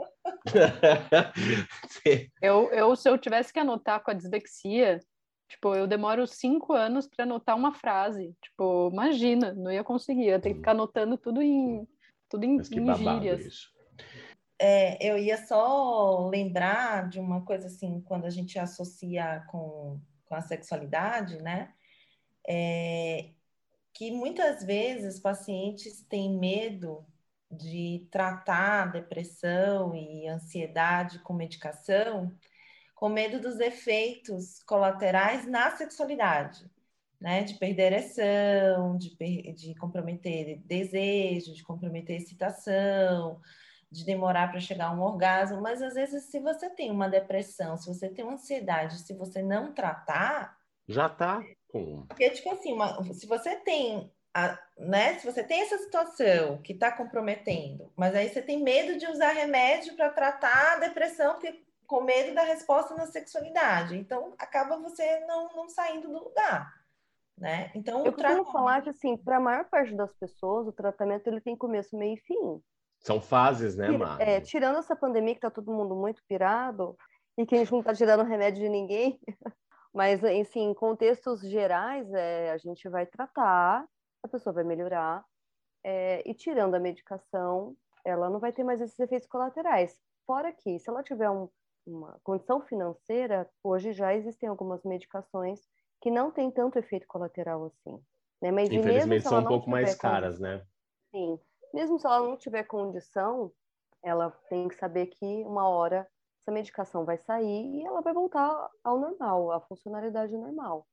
Eu, eu, se eu tivesse que anotar com a dislexia, tipo, eu demoro cinco anos para anotar uma frase. Tipo, imagina, não ia conseguir. Eu ia ter que ficar anotando tudo em, tudo em, Mas que em babado gírias. isso. É, eu ia só lembrar de uma coisa assim, quando a gente associa com, com a sexualidade, né? É, que muitas vezes pacientes têm medo de tratar depressão e ansiedade com medicação, com medo dos efeitos colaterais na sexualidade, né? De perder ereção, de, per de comprometer desejo, de comprometer excitação, de demorar para chegar a um orgasmo. Mas às vezes, se você tem uma depressão, se você tem uma ansiedade, se você não tratar, Já tá com... porque, tipo assim, uma, se você tem, a, né? Se você tem essa situação que está comprometendo, mas aí você tem medo de usar remédio para tratar a depressão, porque com medo da resposta na sexualidade. Então, acaba você não, não saindo do lugar, né? Então, eu o costumo tratamento... falar que, assim, para a maior parte das pessoas, o tratamento ele tem começo, meio e fim. São fases, né, Tira- Má? é, tirando essa pandemia que tá todo mundo muito pirado e que a gente não tá tirando remédio de ninguém, mas, assim, em contextos gerais, é, a gente vai tratar, a pessoa vai melhorar, é, e tirando a medicação, ela não vai ter mais esses efeitos colaterais. Fora que, se ela tiver um- uma condição financeira, hoje já existem algumas medicações que não têm tanto efeito colateral assim, né? Mas e mesmo Infelizmente se são ela um não pouco mais tiver caras, condição, né? sim, mesmo se ela não tiver condição, ela tem que saber que uma hora essa medicação vai sair e ela vai voltar ao normal, à funcionalidade normal.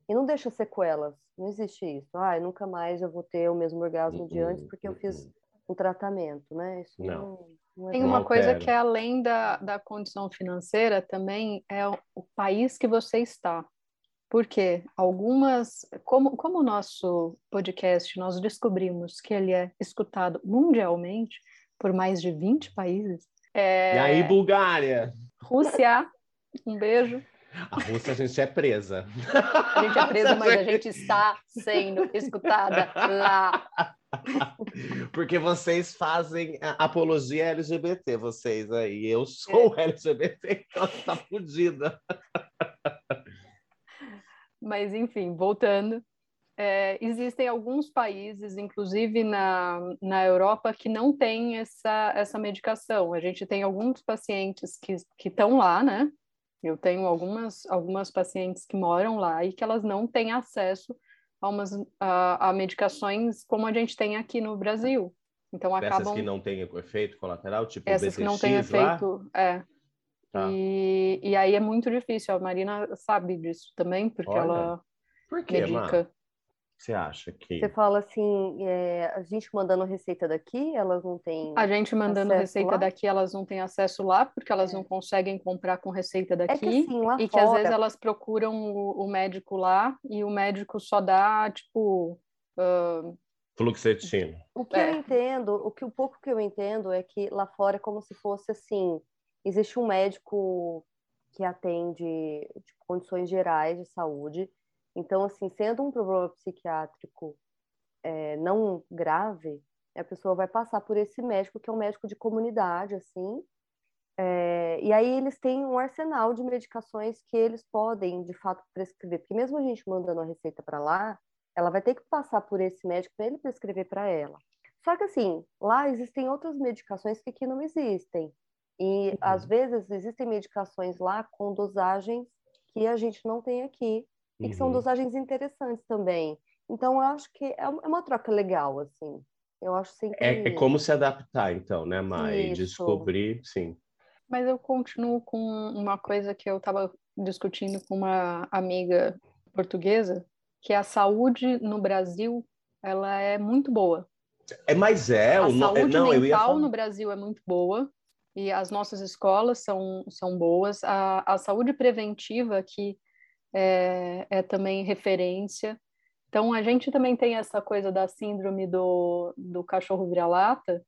e não deixa sequelas. Não existe isso. Ah, nunca mais eu vou ter o mesmo orgasmo de antes porque eu fiz um tratamento, né? Isso não, Não. não é Tem bom. uma Não coisa altera. que é além da, da condição financeira também é o, o país que você está. Porque algumas, como, como o nosso podcast, nós descobrimos que ele é escutado mundialmente por mais de vinte países. É, E aí, Bulgária? Rússia, um beijo. A Rússia a gente é presa. A gente é presa, mas a gente está sendo escutada lá. Porque vocês fazem a apologia L G B T, vocês aí. Eu sou É. L G B T, então tá fodida. Mas, enfim, voltando. É, existem alguns países, inclusive na, na Europa, que não têm essa, essa medicação. A gente tem alguns pacientes que que estão lá, né? Eu tenho algumas, algumas pacientes que moram lá e que elas não têm acesso a, umas, a, a medicações como a gente tem aqui no Brasil. Então, Dessas acabam... que não têm efeito colateral, tipo Essas B T X que não têm lá? efeito, é. Tá. E, e aí é muito difícil. A Marina sabe disso também, porque Olha, ela por quê, medica. Má? Você acha que... Você fala assim, é, a gente mandando receita daqui, elas não têm A gente mandando acesso receita lá? daqui, elas não têm acesso lá, porque elas É. não conseguem comprar com receita É que daqui. assim, lá E que às fora, vezes elas procuram o, o médico lá e o médico só dá, tipo. ah, Fluoxetina. o que É. eu entendo, o que o pouco que eu entendo é que lá fora é como se fosse assim, existe um médico que atende tipo, condições gerais de saúde. Então, assim, sendo um problema psiquiátrico é, não grave, a pessoa vai passar por esse médico, que é um médico de comunidade, assim, é, e aí eles têm um arsenal de medicações que eles podem, de fato, prescrever. Porque mesmo a gente mandando a receita para lá, ela vai ter que passar por esse médico para ele prescrever para ela. Só que, assim, lá existem outras medicações que aqui não existem. E, Uhum. às vezes, existem medicações lá com dosagens que a gente não tem aqui. E que são Uhum. dosagens interessantes também. Então, eu acho que é uma troca legal, assim. Eu acho sempre... É, é como se adaptar, então, né, Mai? Isso. Descobrir, sim. Mas eu continuo com uma coisa que eu estava discutindo com uma amiga portuguesa, que a saúde no Brasil, ela é muito boa. É, mas é... A o no- é, saúde não, eu ia mental falar. no Brasil é muito boa e as nossas escolas são, são boas. A, a saúde preventiva aqui é, é também referência. Então, a gente também tem essa coisa da síndrome do, do cachorro vira-lata,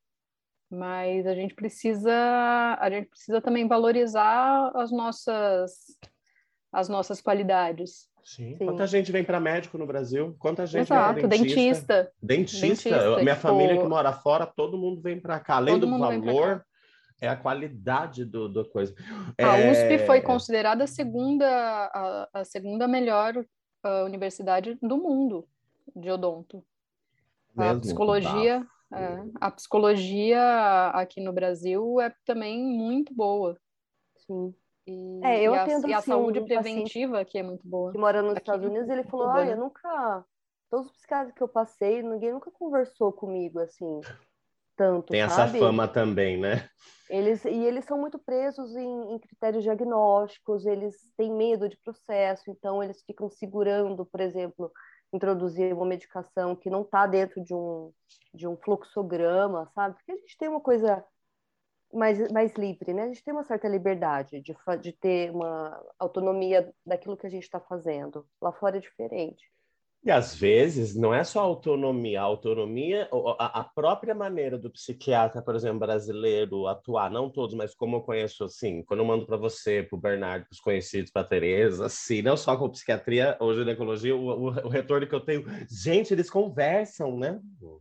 mas a gente precisa a gente precisa também valorizar as nossas as nossas qualidades. Sim. Sim. Quanta gente vem para médico no Brasil? Quanta gente Exato, vem para dentista? dentista. Dentista. Dentista, Minha tipo, família que mora fora, todo mundo vem para cá. Além todo do mundo vem pra valor, cá. é a qualidade do, do coisa. A É, U S P foi considerada a segunda a, a segunda melhor uh, universidade do mundo de odonto. A mesmo, psicologia, bafo. é, a psicologia aqui no Brasil é também muito boa. Sim. E, É, eu e a, atendo, e a assim, saúde um paciente preventiva aqui é muito boa. que mora nos Aqui Estados em Unidos, ele falou, Cuba, ah, né? eu nunca... Todos os psiquiatras que eu passei, ninguém nunca conversou comigo, assim, tanto, Tem essa sabe? fama também, né? Eles, e eles são muito presos em, em critérios diagnósticos, eles têm medo de processo, então eles ficam segurando, por exemplo, introduzir uma medicação que não está dentro de um, de um fluxograma, sabe? Porque a gente tem uma coisa mais, mais livre, né? A gente tem uma certa liberdade de, fa- de ter uma autonomia daquilo que a gente está fazendo. Lá fora é diferente. E às vezes não é só autonomia, a autonomia, a, a própria maneira do psiquiatra, por exemplo, brasileiro atuar, não todos, mas como eu conheço, assim, quando eu mando para você, para o Bernardo, para os conhecidos, para a Tereza, assim, não só com psiquiatria ou ginecologia, o, o, o retorno que eu tenho, gente, eles conversam, né?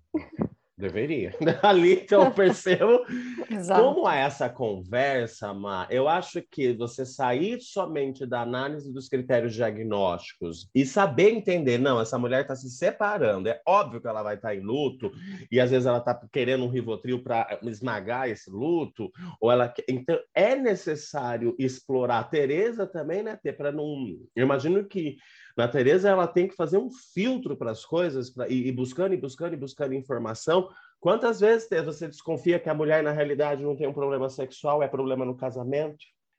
Deveria. Ali, então, eu percebo Exato. como é essa conversa, Má. Eu acho que você sair somente da análise dos critérios diagnósticos e saber entender, não, essa mulher está se separando. É óbvio que ela vai estar em luto e às vezes ela está querendo um Rivotril para esmagar esse luto. Ou ela... Então, é necessário explorar. A Tereza também, né, Tê, para não... Eu imagino que na Tereza ela tem que fazer um filtro para as coisas pra... e, e buscando, e buscando, e buscando informação. Quantas vezes Tê, você desconfia que a mulher, na realidade, não tem um problema sexual, é problema no casamento?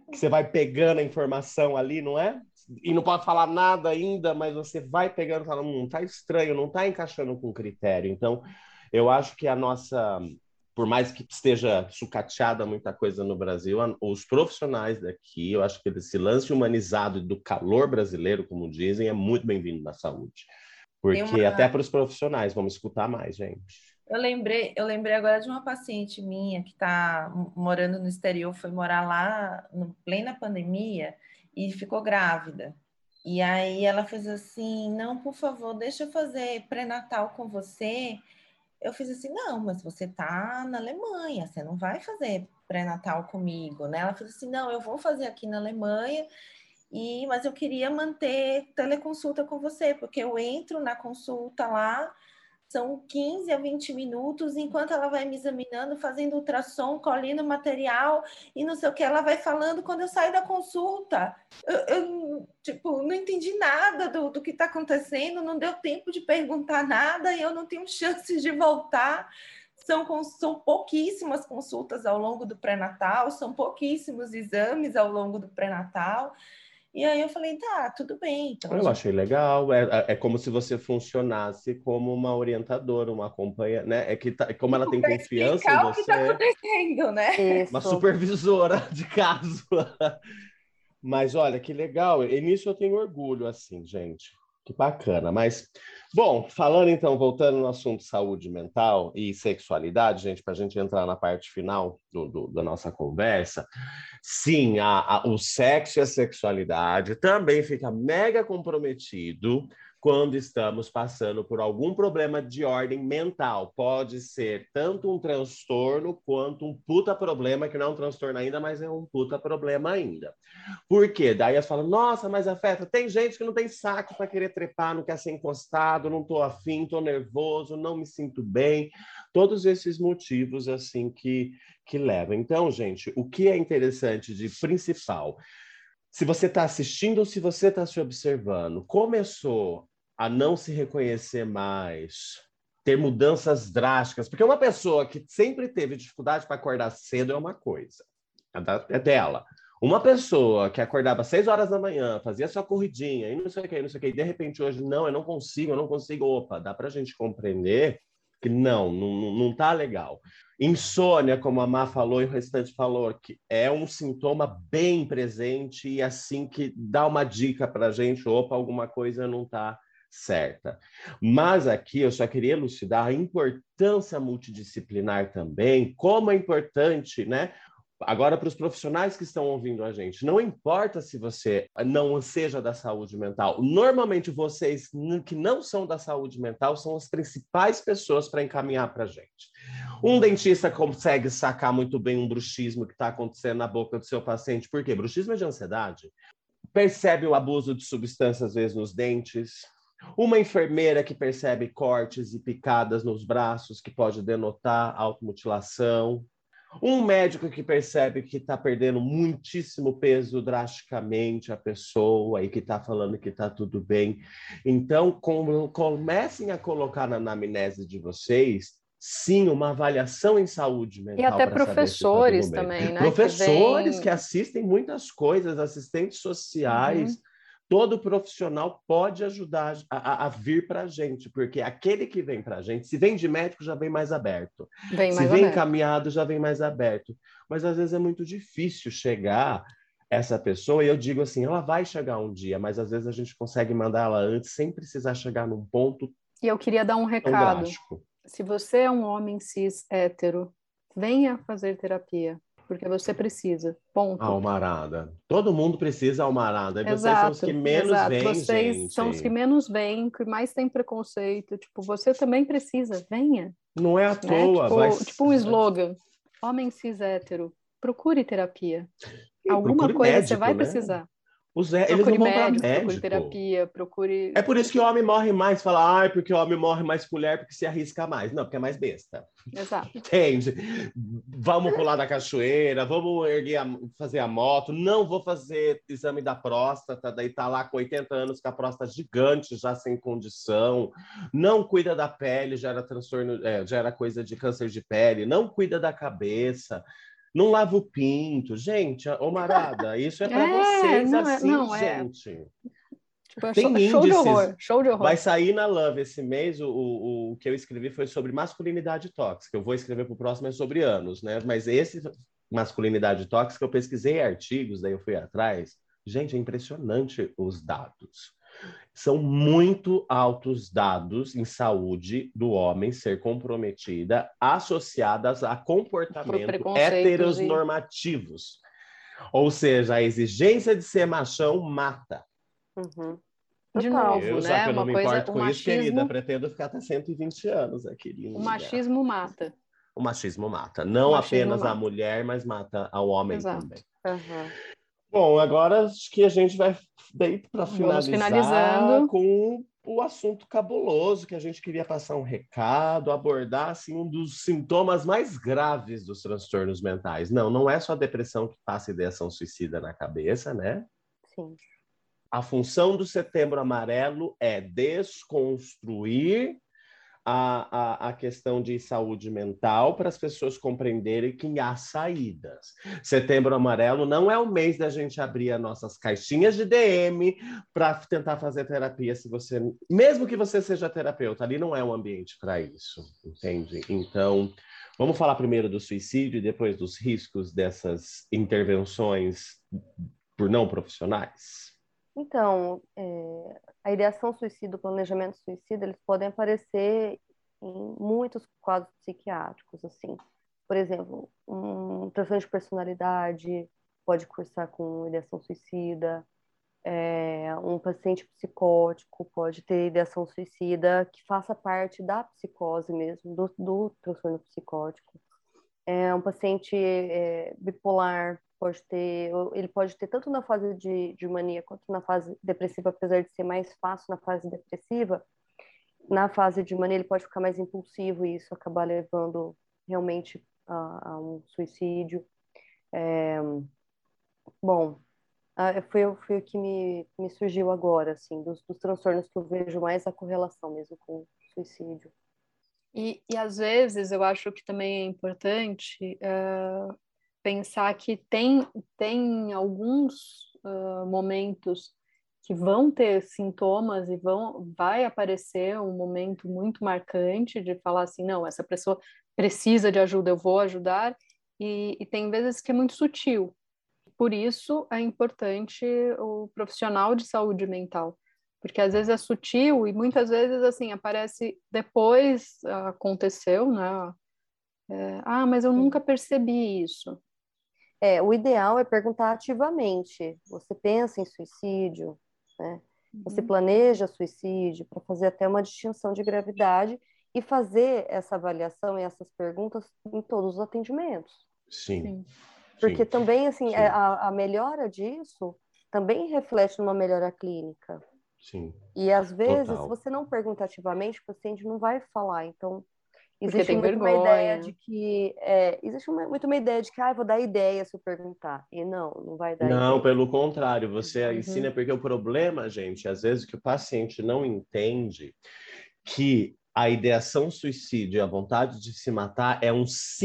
que você vai pegando a informação ali, não é? E não pode falar nada ainda, mas você vai pegando e fala, hum, tá estranho, não tá encaixando com critério. Então, eu acho que a nossa, por mais que esteja sucateada muita coisa no Brasil, os profissionais daqui, eu acho que esse lance humanizado do calor brasileiro, como dizem, é muito bem-vindo na saúde. Porque uma... até para os profissionais, vamos escutar mais, gente. Eu lembrei, eu lembrei agora de uma paciente minha que está morando no exterior, foi morar lá no plena pandemia e ficou grávida. E aí ela fez assim, não, por favor, deixa eu fazer pré-natal com você. Eu fiz assim, não, mas você está na Alemanha, você não vai fazer pré-natal comigo, né? Ela fez assim, não, eu vou fazer aqui na Alemanha, e, mas eu queria manter teleconsulta com você, porque eu entro na consulta lá, são quinze a vinte minutos, enquanto ela vai me examinando, fazendo ultrassom, colhendo material e não sei o que, ela vai falando quando eu saio da consulta. Eu, eu tipo, não entendi nada do, do que está acontecendo, não deu tempo de perguntar nada e eu não tenho chances de voltar. São, são pouquíssimas consultas ao longo do pré-natal, são pouquíssimos exames ao longo do pré-natal. E aí eu falei, tá, tudo bem. Então, eu gente... achei legal, é, é como se você funcionasse como uma orientadora, uma companhia, né? É que tá, como ela tem confiança em você, o que tá acontecendo, né? Isso. Uma supervisora de caso. Mas olha, que legal, e nisso eu tenho orgulho, assim, gente. Que bacana, mas... Bom, falando então, voltando no assunto saúde mental e sexualidade, gente, para a gente entrar na parte final do, do, da nossa conversa, sim, a, a, o sexo e a sexualidade também fica mega comprometido quando estamos passando por algum problema de ordem mental. Pode ser tanto um transtorno quanto um puta problema, que não é um transtorno ainda, mas é um puta problema ainda. Por quê? Daí elas falam, nossa, mas afeta, tem gente que não tem saco para querer trepar, não quer ser encostado, não tô afim, tô nervoso, não me sinto bem. Todos esses motivos, assim, que, que levam. Então, gente, o que é interessante de principal... Se você está assistindo ou se você está se observando, começou a não se reconhecer mais, ter mudanças drásticas, porque uma pessoa que sempre teve dificuldade para acordar cedo é uma coisa, é dela. Uma pessoa que acordava às seis horas da manhã, fazia sua corridinha, e não sei o que, não sei o que, e de repente hoje, não, eu não consigo, eu não consigo, opa, dá para a gente compreender que não, não, não tá legal. Insônia, como a Má falou e o restante falou, que é um sintoma bem presente e assim que dá uma dica para a gente, opa, alguma coisa não está certa. Mas aqui eu só queria elucidar a importância multidisciplinar também, como é importante, né? Agora, para os profissionais que estão ouvindo a gente, não importa se você não seja da saúde mental, normalmente vocês que não são da saúde mental são as principais pessoas para encaminhar para a gente. Um dentista consegue sacar muito bem um bruxismo que está acontecendo na boca do seu paciente, por quê? Bruxismo é de ansiedade. Percebe o abuso de substâncias, às vezes, nos dentes. Uma enfermeira que percebe cortes e picadas nos braços, que pode denotar automutilação. Um médico que percebe que está perdendo muitíssimo peso drasticamente a pessoa e que está falando que está tudo bem. Então, com, comecem a colocar na anamnese de vocês, sim, uma avaliação em saúde mental. E até professores se tá também, né? Professores que, vem... que assistem muitas coisas, assistentes sociais. Uhum. Todo profissional pode ajudar a, a, a vir para a gente, porque aquele que vem para a gente, se vem de médico, já vem mais aberto. Vem se mais vem aberto. encaminhado, já vem mais aberto. Mas às vezes é muito difícil chegar essa pessoa, e eu digo assim, ela vai chegar um dia, mas às vezes a gente consegue mandar ela antes, sem precisar chegar num ponto. E eu queria dar um recado. Se você é um homem cis hétero, venha fazer terapia. Porque você precisa, ponto. Almarada. Todo mundo precisa almarada. E vocês exato, são os que menos exato. vêm, Vocês gente. são os que menos vêm, que mais tem preconceito. Tipo, você também precisa, venha. Não é à né? toa. Tipo, vai... tipo um slogan. Homem cis hétero, procure terapia. E Alguma procure coisa médico, você vai né? precisar. Os é, procure eles não vão médico, pra médico. procure terapia, procure... É por isso que o homem morre mais. Fala, ah, porque o homem morre mais que mulher, porque se arrisca mais. Não, porque é mais besta. Exato. Entende? Vamos pular da cachoeira, vamos erguer a, fazer a moto, não vou fazer exame da próstata, daí tá lá com oitenta anos com a próstata gigante, já sem condição, não cuida da pele, gera transtorno, é, gera coisa de câncer de pele, não cuida da cabeça. não lava o pinto. Gente, ô Marada, isso é para É, vocês não é- assim, não é. gente. Tipo, Tem show, show de índices. horror, show de horror. Vai sair na Love esse mês, o, o, o que eu escrevi foi sobre masculinidade tóxica. Eu vou escrever para o próximo é sobre anos, né? Mas esse masculinidade tóxica, eu pesquisei artigos, daí eu fui atrás. Gente, é impressionante os dados. São muito altos dados em saúde do homem ser comprometida, associadas a comportamentos heteronormativos. E... Ou seja, a exigência de ser machão mata. Uhum. De Total. novo, Eu, já né? que eu não Uma me coisa, importo o com isso, querida, machismo, pretendo ficar até cento e vinte anos, né, querida? o machismo mata. O machismo mata. Não O machismo apenas mata. a mulher, mas mata ao homem Exato. também. Uhum. Bom, agora acho que a gente vai para Vamos finalizar finalizando. com o assunto cabuloso que a gente queria passar um recado, abordar assim, um dos sintomas mais graves dos transtornos mentais. Não, não é só a depressão que passa ideação suicida na cabeça, né? Sim. A função do Setembro Amarelo é desconstruir a, a, a questão de saúde mental para as pessoas compreenderem que há saídas. Setembro Amarelo não é o mês da gente abrir as nossas caixinhas de D M para tentar fazer terapia, se você, mesmo que você seja terapeuta, ali não é um ambiente para isso, entende? Então, vamos falar primeiro do suicídio e depois dos riscos dessas intervenções por não profissionais? Então, é, a ideação suicida, o planejamento suicida, eles podem aparecer em muitos quadros psiquiátricos, assim. Por exemplo, um transtorno de personalidade pode cursar com ideação suicida, é, um paciente psicótico pode ter ideação suicida que faça parte da psicose mesmo, do, do transtorno psicótico. É, um paciente é, bipolar pode ter, ele pode ter tanto na fase de, de mania quanto na fase depressiva, apesar de ser mais fácil na fase depressiva, na fase de mania ele pode ficar mais impulsivo e isso acabar levando realmente a, a um suicídio. É, bom, foi, foi o que me, me surgiu agora, assim, dos, dos transtornos que eu vejo mais a correlação mesmo com o suicídio. E, e às vezes eu acho que também é importante uh, pensar que tem, tem alguns uh, momentos que vão ter sintomas e vão, vai aparecer um momento muito marcante de falar assim, não, essa pessoa precisa de ajuda, eu vou ajudar, e, e tem vezes que é muito sutil. Por isso é importante o profissional de saúde mental, porque às vezes é sutil e muitas vezes assim aparece depois, uh, aconteceu, né? É, ah, mas eu nunca percebi isso. É, o ideal é perguntar ativamente. Você pensa em suicídio, né? Você planeja suicídio, para fazer até uma distinção de gravidade e fazer essa avaliação e essas perguntas em todos os atendimentos. Sim. Sim. Porque Sim. também, assim, Sim. a, a melhora disso também reflete numa melhora clínica. Sim. E às vezes, Total. se você não pergunta ativamente, o paciente não vai falar. Então, Porque existe tem muito vergonha. uma ideia de que é, existe uma, muito uma ideia de que ah, eu vou dar ideia se eu perguntar. E não, não vai dar Não, ideia. pelo contrário, você Uhum. ensina, porque o problema, gente, às vezes que o paciente não entende que a ideação suicídio, a vontade de se matar é um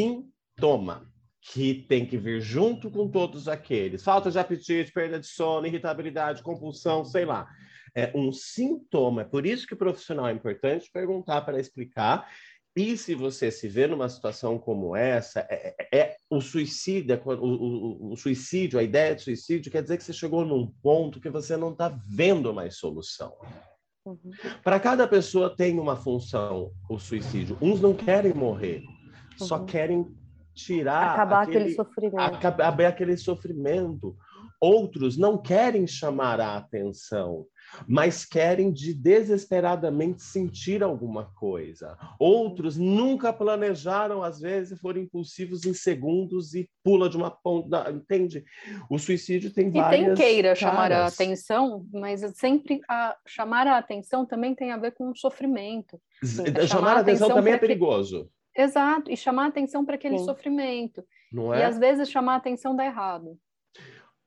sintoma que tem que vir junto com todos aqueles. Falta de apetite, perda de sono, irritabilidade, compulsão, sei lá. É um sintoma. É por isso que o profissional é importante perguntar para explicar. E se você se vê numa situação como essa, é, é o suicídio, o, o, o suicídio, a ideia de suicídio, quer dizer que você chegou num ponto que você não está vendo mais solução. Uhum. Para cada pessoa tem uma função o suicídio. Uns não querem morrer, Uhum. só querem tirar acabar aquele, aquele sofrimento. Acabar aquele sofrimento. Outros não querem chamar a atenção, mas querem de desesperadamente sentir alguma coisa. Outros nunca planejaram, às vezes foram impulsivos em segundos e pula de uma ponta, entende? O suicídio tem várias E tem queira caras. chamar a atenção, mas sempre a, chamar a atenção também tem a ver com o sofrimento. É chamar a atenção, atenção também é perigoso. Que... Exato, e chamar a atenção para aquele Sim. sofrimento. Não é? E às vezes chamar a atenção dá errado.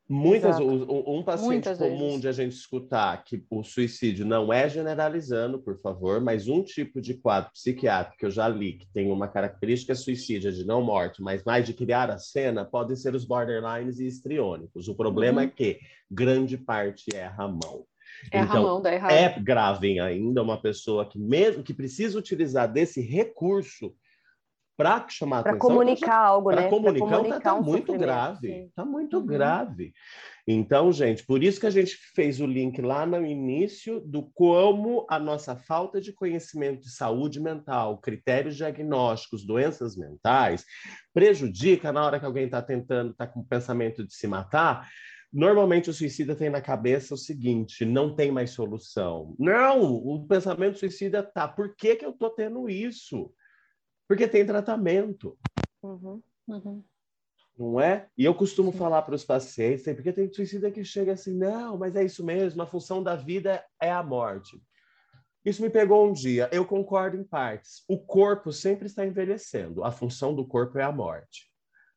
Muitas, um, um paciente Muitas comum vezes. de a gente escutar que o suicídio não é generalizando, por favor, mas um tipo de quadro psiquiátrico que eu já li, que tem uma característica suicídia de não morte, mas mais de criar a cena, podem ser os borderlines e histriônicos. O problema Uhum. é que grande parte erra a mão. Erra então, a mão, dá errado. é grave ainda uma pessoa que mesmo que precisa utilizar desse recurso para chamar Pra atenção. comunicar já, algo, pra né? comunicar, Pra comunicar tá, tá um muito sofrimento, grave. sim. Tá muito Uhum. grave. Então, gente, por isso que a gente fez o link lá no início do como a nossa falta de conhecimento de saúde mental, critérios diagnósticos, doenças mentais, prejudica na hora que alguém está tentando, está com o pensamento de se matar. Normalmente o suicida tem na cabeça o seguinte: não tem mais solução. Não, o pensamento suicida tá. Por que que eu tô tendo isso? Porque tem tratamento. Uhum. Uhum. Não é? E eu costumo falar para os pacientes, porque tem suicida que chega assim, não, mas é isso mesmo, a função da vida é a morte. Isso me pegou um dia, eu concordo em partes. O corpo sempre está envelhecendo, a função do corpo é a morte.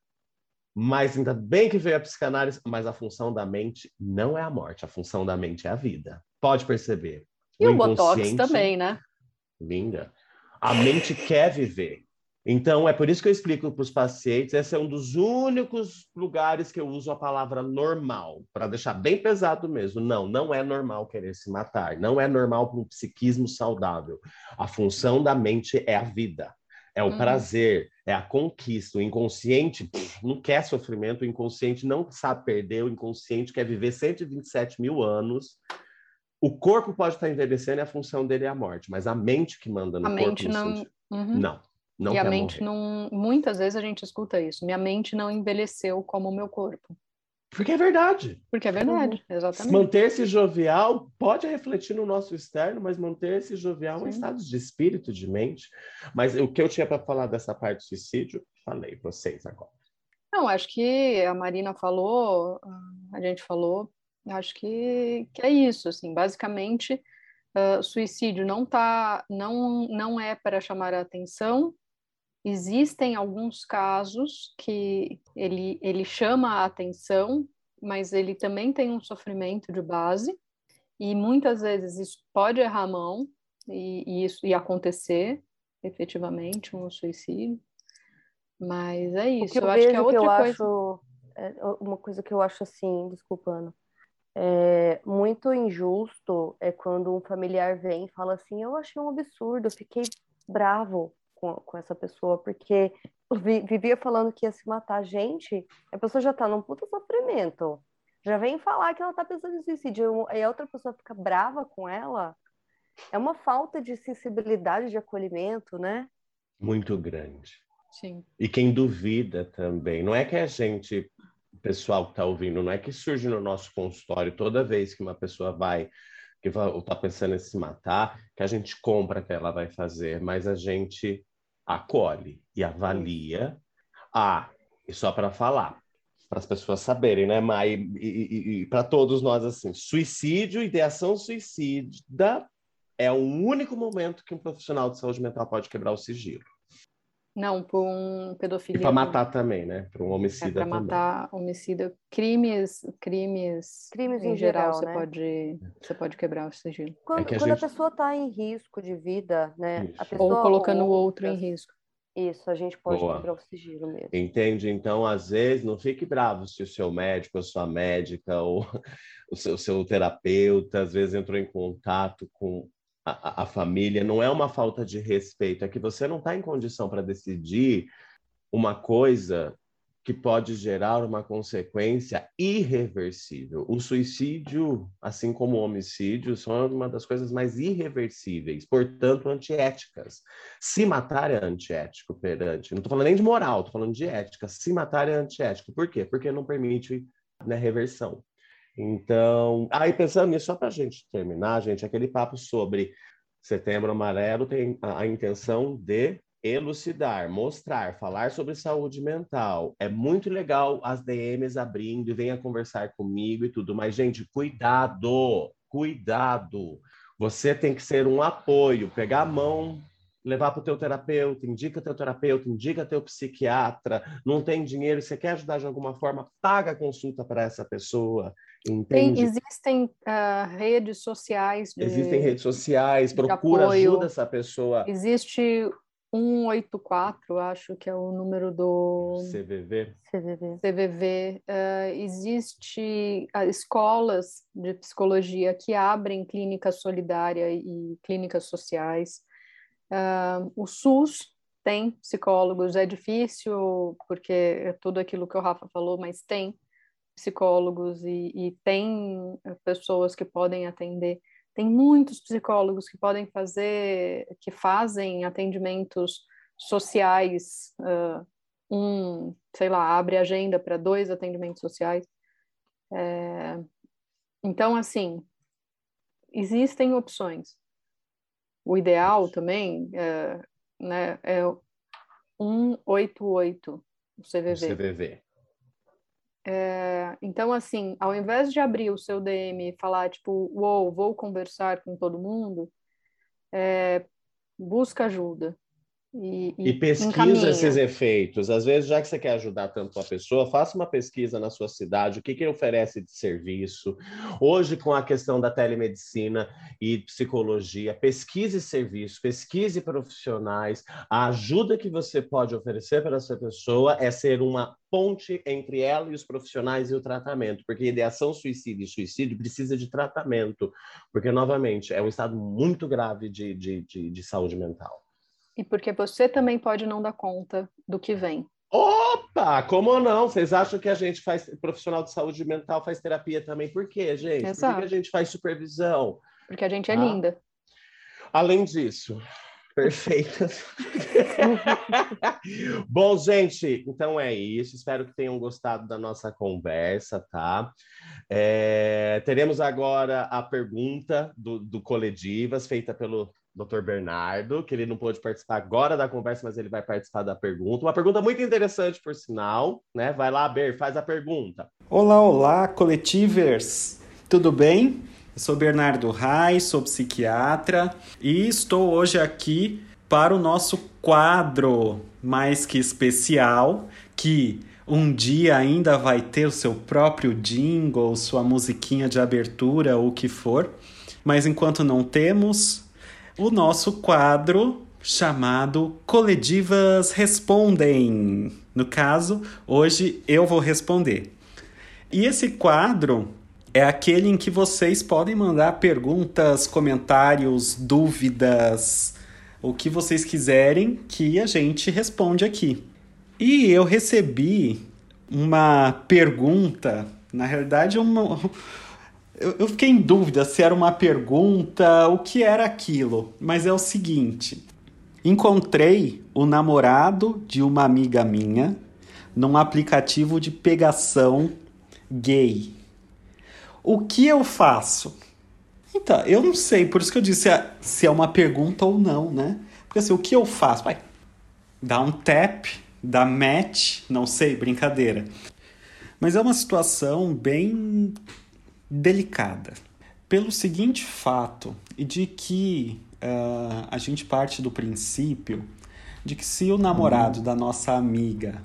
Mas ainda bem que veio a psicanálise, mas a função da mente não é a morte, a função da mente é a vida. Pode perceber. E o, o Botox também, né? Linda. A mente quer viver. Então, é por isso que eu explico para os pacientes, esse é um dos únicos lugares que eu uso a palavra normal, para deixar bem pesado mesmo. Não, não é normal querer se matar, não é normal para um psiquismo saudável. A função da mente é a vida, é o Uhum. prazer, é a conquista. O inconsciente pff, não quer sofrimento, o inconsciente não sabe perder, o inconsciente quer viver cento e vinte e sete mil anos. O corpo pode estar envelhecendo e a função dele é a morte, mas a mente que manda no a corpo... mente não... Sentido, uhum. não, não e quer a mente morrer. não... Muitas vezes a gente escuta isso. Minha mente não envelheceu como o meu corpo. Porque é verdade. Porque é verdade, uhum. exatamente. Manter-se jovial pode refletir no nosso externo, mas manter-se jovial Sim. é um estado de espírito, de mente. Mas o que eu tinha para falar dessa parte do suicídio, falei vocês agora. Não, acho que a Marina falou, a gente falou, acho que, que é isso, assim, basicamente, uh, suicídio não tá, não, não é para chamar a atenção. Existem alguns casos que ele, ele chama a atenção, mas ele também tem um sofrimento de base, e muitas vezes isso pode errar a mão e, e isso e acontecer, efetivamente, um suicídio. Mas é isso. O que eu, eu vejo acho que é outra que eu coisa. Acho, é uma coisa que eu acho assim, desculpando, é muito injusto é quando um familiar vem e fala assim, eu achei um absurdo, eu fiquei bravo com, com essa pessoa, porque vivia falando que ia se matar. Gente, a pessoa já tá num puta sofrimento, já vem falar que ela tá pensando em suicídio, e a outra pessoa fica brava com ela. É uma falta de sensibilidade, de acolhimento, né? Muito grande. Sim. E quem duvida também, não é que a gente, o pessoal que está ouvindo, não é que surge no nosso consultório toda vez que uma pessoa vai, que está pensando em se matar, que a gente compra que ela vai fazer, mas a gente acolhe e avalia. Ah, e só para falar, para as pessoas saberem, né, Mai? E, e, e para todos nós, assim, suicídio, ideação suicida é o único momento que um profissional de saúde mental pode quebrar o sigilo. Não, por um pedofilia. E para matar também, né? Para um homicida é, para também. Para matar, homicida, crimes, crimes, crimes em, em geral, geral, você né? pode, você pode quebrar o sigilo. Quando, é que a, quando gente... a pessoa está em risco de vida, né? A pessoa, ou colocando o outro outras... em risco. Isso, a gente pode Boa. quebrar o sigilo mesmo. Entende? Então, às vezes, não fique bravo se o seu médico, a sua médica, ou o seu, o seu terapeuta, às vezes entrou em contato com a, a família. Não é uma falta de respeito, é que você não está em condição para decidir uma coisa que pode gerar uma consequência irreversível. O suicídio, assim como o homicídio, são uma das coisas mais irreversíveis, portanto, antiéticas. Se matar é antiético perante... Não estou falando nem de moral, estou falando de ética. Se matar é antiético. Por quê? Porque não permite, né, reversão. Então, aí pensando nisso, só para a gente terminar, gente, aquele papo sobre Setembro Amarelo tem a, a intenção de elucidar, mostrar, falar sobre saúde mental. É muito legal as D Ms abrindo e venha conversar comigo e tudo, mas, gente, cuidado, cuidado. Você tem que ser um apoio, pegar a mão levar para o teu terapeuta, indica teu terapeuta, indica teu psiquiatra, não tem dinheiro, você quer ajudar de alguma forma, paga a consulta para essa pessoa, entende? Tem, existem uh, redes sociais. De, existem redes sociais, procura apoio. Ajuda essa pessoa. Existe cento e oitenta e quatro, acho que é o número do C V V. C V V. C V V. Uh, existe uh, escolas de psicologia que abrem clínica solidária e clínicas sociais. Uh, o SUS tem psicólogos, é difícil porque é tudo aquilo que o Rafa falou, mas tem psicólogos e, e tem pessoas que podem atender. Tem muitos psicólogos que podem fazer, que fazem atendimentos sociais, uh, um, sei lá, abre agenda para dois atendimentos sociais. É, então, assim, existem opções. O ideal também é, né, é cento e oitenta e oito, o C V V. O C V V. É, então, assim, ao invés de abrir o seu D M e falar, tipo, uou, vou conversar com todo mundo, é, busca ajuda. E, e, e pesquisa encaminha. Esses efeitos. Às vezes, já que você quer ajudar tanto a pessoa, faça uma pesquisa na sua cidade, o que, que ele oferece de serviço. Hoje, com a questão da telemedicina e psicologia, pesquise serviços, pesquise profissionais. A ajuda que você pode oferecer para essa pessoa é ser uma ponte entre ela e os profissionais e o tratamento, porque ideação, suicídio e suicídio precisa de tratamento, porque, novamente, é um estado muito grave de, de, de, de saúde mental. E porque você também pode não dar conta do que vem. Opa! Como não? Vocês acham que a gente faz, profissional de saúde mental faz terapia também? Por quê, gente? Exato. Por que, que a gente faz supervisão? Porque a gente é ah? linda. Além disso, perfeita. Bom, gente, então é isso. Espero que tenham gostado da nossa conversa, tá? É, teremos agora a pergunta do, do Coledivas, feita pelo doutor Bernardo, que ele não pôde participar agora da conversa, mas ele vai participar da pergunta. Uma pergunta muito interessante, por sinal, né? Vai lá, Ber, faz a pergunta. Olá, olá, coletivers! Tudo bem? Eu sou Bernardo Reis, sou psiquiatra e estou hoje aqui para o nosso quadro mais que especial, que um dia ainda vai ter o seu próprio jingle, sua musiquinha de abertura ou o que for, mas enquanto não temos, o nosso quadro chamado Coledivas Respondem. No caso, hoje eu vou responder. E esse quadro é aquele em que vocês podem mandar perguntas, comentários, dúvidas, o que vocês quiserem que a gente responde aqui. E eu recebi uma pergunta, na realidade uma... eu fiquei em dúvida se era uma pergunta, o que era aquilo, mas é o seguinte: encontrei o namorado de uma amiga minha num aplicativo de pegação gay. O que eu faço? Então, eu não sei, por isso que eu disse se é uma pergunta ou não, né? Porque assim, o que eu faço? Vai, dá um tap, dá match, não sei, brincadeira. Mas é uma situação bem delicada, pelo seguinte fato, e de que uh, a gente parte do princípio de que se o namorado hum. da nossa amiga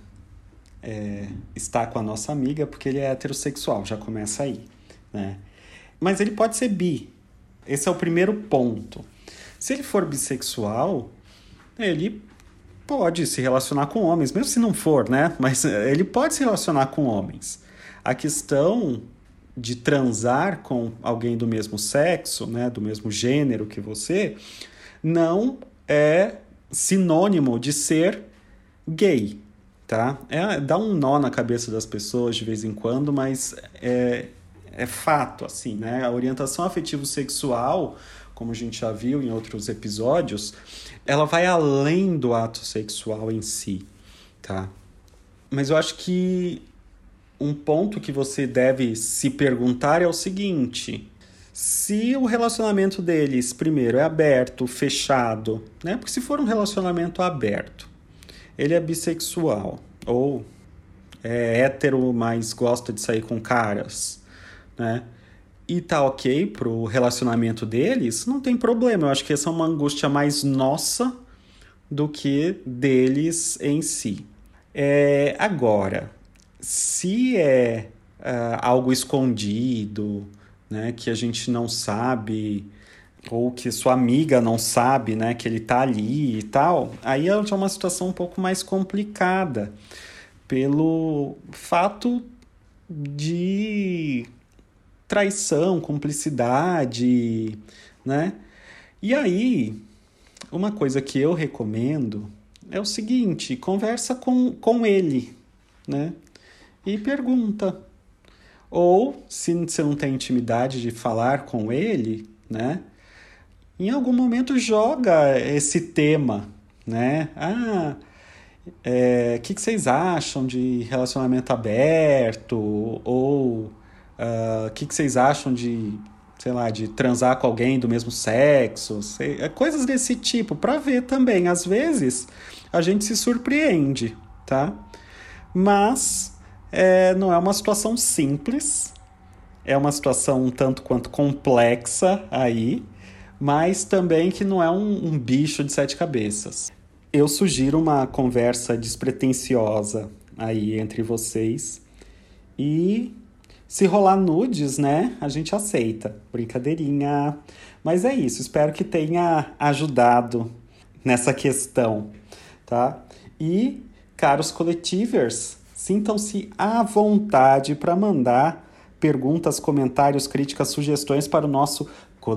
é, está com a nossa amiga, porque ele é heterossexual, já começa aí, né? Mas ele pode ser bi, esse é o primeiro ponto. Se ele for bissexual, ele pode se relacionar com homens, mesmo se não for, né? Mas ele pode se relacionar com homens. A questão de transar com alguém do mesmo sexo, né, do mesmo gênero que você, não é sinônimo de ser gay, tá? É, dá um nó na cabeça das pessoas de vez em quando, mas é, é fato, assim, né? A orientação afetivo-sexual, como a gente já viu em outros episódios, ela vai além do ato sexual em si, tá? Mas eu acho que um ponto que você deve se perguntar é o seguinte: se o relacionamento deles, primeiro, é aberto, fechado, né? Porque se for um relacionamento aberto, ele é bissexual, ou é hétero, mas gosta de sair com caras, né? E tá ok pro relacionamento deles, não tem problema. Eu acho que essa é uma angústia mais nossa do que deles em si. É, agora, se é uh, algo escondido, né, que a gente não sabe, ou que sua amiga não sabe, né, que ele tá ali e tal, aí é já uma situação um pouco mais complicada, pelo fato de traição, cumplicidade, né? E aí, uma coisa que eu recomendo é o seguinte, conversa com, com ele, né? E pergunta. Ou, se você não tem intimidade de falar com ele, né? Em algum momento joga esse tema, né? Ah, é, que, que vocês acham de relacionamento aberto? Ou o uh, que, que vocês acham de, sei lá, de transar com alguém do mesmo sexo? Sei, coisas desse tipo, para ver também. Às vezes, a gente se surpreende, tá? Mas é, não é uma situação simples. É uma situação um tanto quanto complexa aí, mas também que não é um, um bicho de sete cabeças. Eu sugiro uma conversa despretensiosa aí entre vocês. E se rolar nudes, né, a gente aceita. Brincadeirinha. Mas é isso, espero que tenha ajudado nessa questão, tá? E, caros coletivers, sintam-se à vontade para mandar perguntas, comentários, críticas, sugestões para o nosso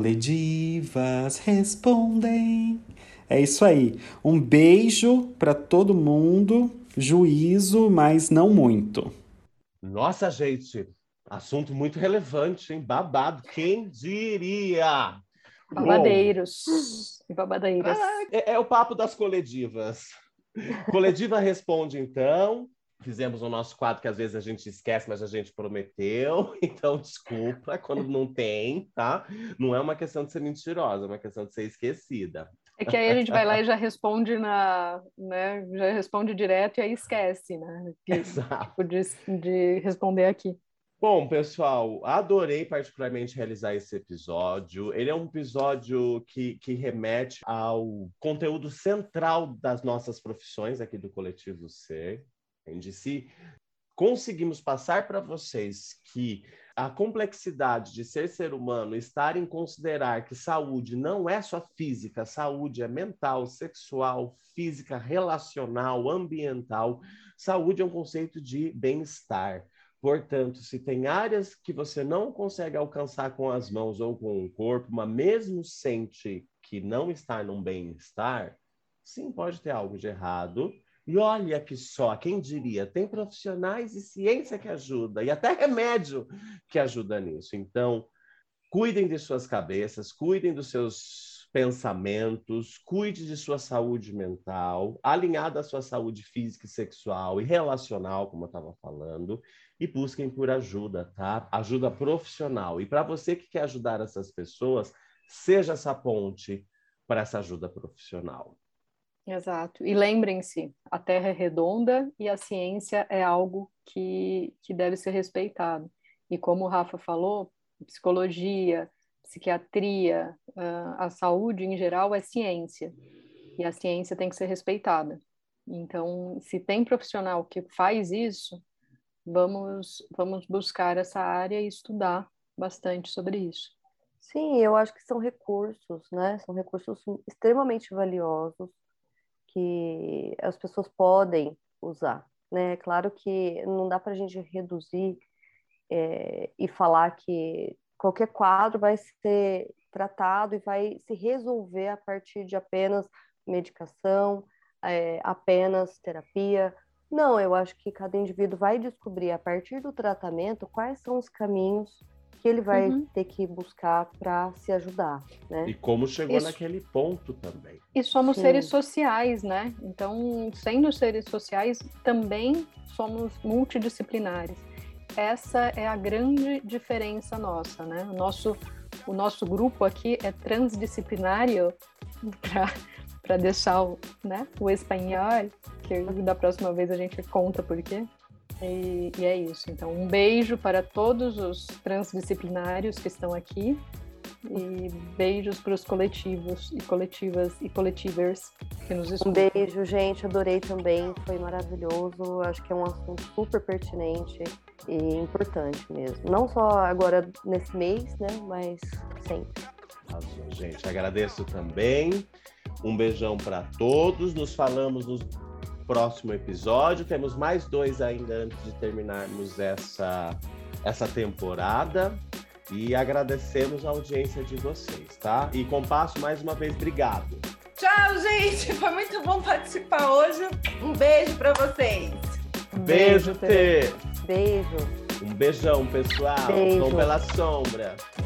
Coledivas Respondem. É isso aí. Um beijo para todo mundo. Juízo, mas não muito. Nossa, gente, assunto muito relevante, hein? Babado. Quem diria? Babadeiros e babadeiras. Ah, é, é o papo das coledivas. Colediva responde, então. Fizemos o nosso quadro que às vezes a gente esquece, mas a gente prometeu. Então, desculpa quando não tem, tá? Não é uma questão de ser mentirosa, é uma questão de ser esquecida. É que aí a gente vai lá e já responde na, né? Já responde direto e aí esquece, né? De, Exato. De, de responder aqui. Bom, pessoal, adorei particularmente realizar esse episódio. Ele é um episódio que, que remete ao conteúdo central das nossas profissões aqui do Coletivo Ser. De si, conseguimos passar para vocês que a complexidade de ser ser humano, estar em considerar que saúde não é só física, saúde é mental, sexual, física, relacional, ambiental. Saúde é um conceito de bem-estar. Portanto, se tem áreas que você não consegue alcançar com as mãos ou com o corpo, mas mesmo sente que não está num bem-estar, sim, pode ter algo de errado. E olha que só, quem diria, tem profissionais e ciência que ajuda, e até remédio que ajuda nisso. Então, cuidem de suas cabeças, cuidem dos seus pensamentos, cuide de sua saúde mental, alinhada à sua saúde física e sexual e relacional, como eu estava falando, e busquem por ajuda, tá? Ajuda profissional. E para você que quer ajudar essas pessoas, seja essa ponte para essa ajuda profissional. Exato. E lembrem-se, a Terra é redonda e a ciência é algo que, que deve ser respeitado. E como o Rafa falou, psicologia, psiquiatria, a saúde em geral é ciência. E a ciência tem que ser respeitada. Então, se tem profissional que faz isso, vamos, vamos buscar essa área e estudar bastante sobre isso. Sim, eu acho que são recursos, né? São recursos extremamente valiosos que as pessoas podem usar, né? Claro que não dá para a gente reduzir é, e falar que qualquer quadro vai ser tratado e vai se resolver a partir de apenas medicação, é, apenas terapia. Não, eu acho que cada indivíduo vai descobrir a partir do tratamento quais são os caminhos que ele vai uhum. ter que buscar para se ajudar, né? E como chegou Isso. naquele ponto também. E somos Sim. seres sociais, né? Então, sendo seres sociais, também somos multidisciplinares. Essa é a grande diferença nossa, né? O nosso, o nosso grupo aqui é transdisciplinário, para deixar o, né, o espanhol, que da próxima vez a gente conta por quê. E, e é isso. Então, um beijo para todos os transdisciplinários que estão aqui E beijos para os coletivos e coletivas e coletivers que nos escutam. Um beijo, gente. Adorei também. Foi maravilhoso. Acho que é um assunto super pertinente e importante mesmo. Não só agora nesse mês, né? Mas sempre. Azul, gente. Agradeço também. Um beijão para todos. Nos falamos no próximo episódio. Temos mais dois ainda antes de terminarmos essa, essa temporada. E agradecemos a audiência de vocês, tá? E Compasso, mais uma vez, obrigado. Tchau, gente! Foi muito bom participar hoje. Um beijo para vocês. Beijo, Tê! Beijo. Um beijão, pessoal. Beijo. Vão pela sombra.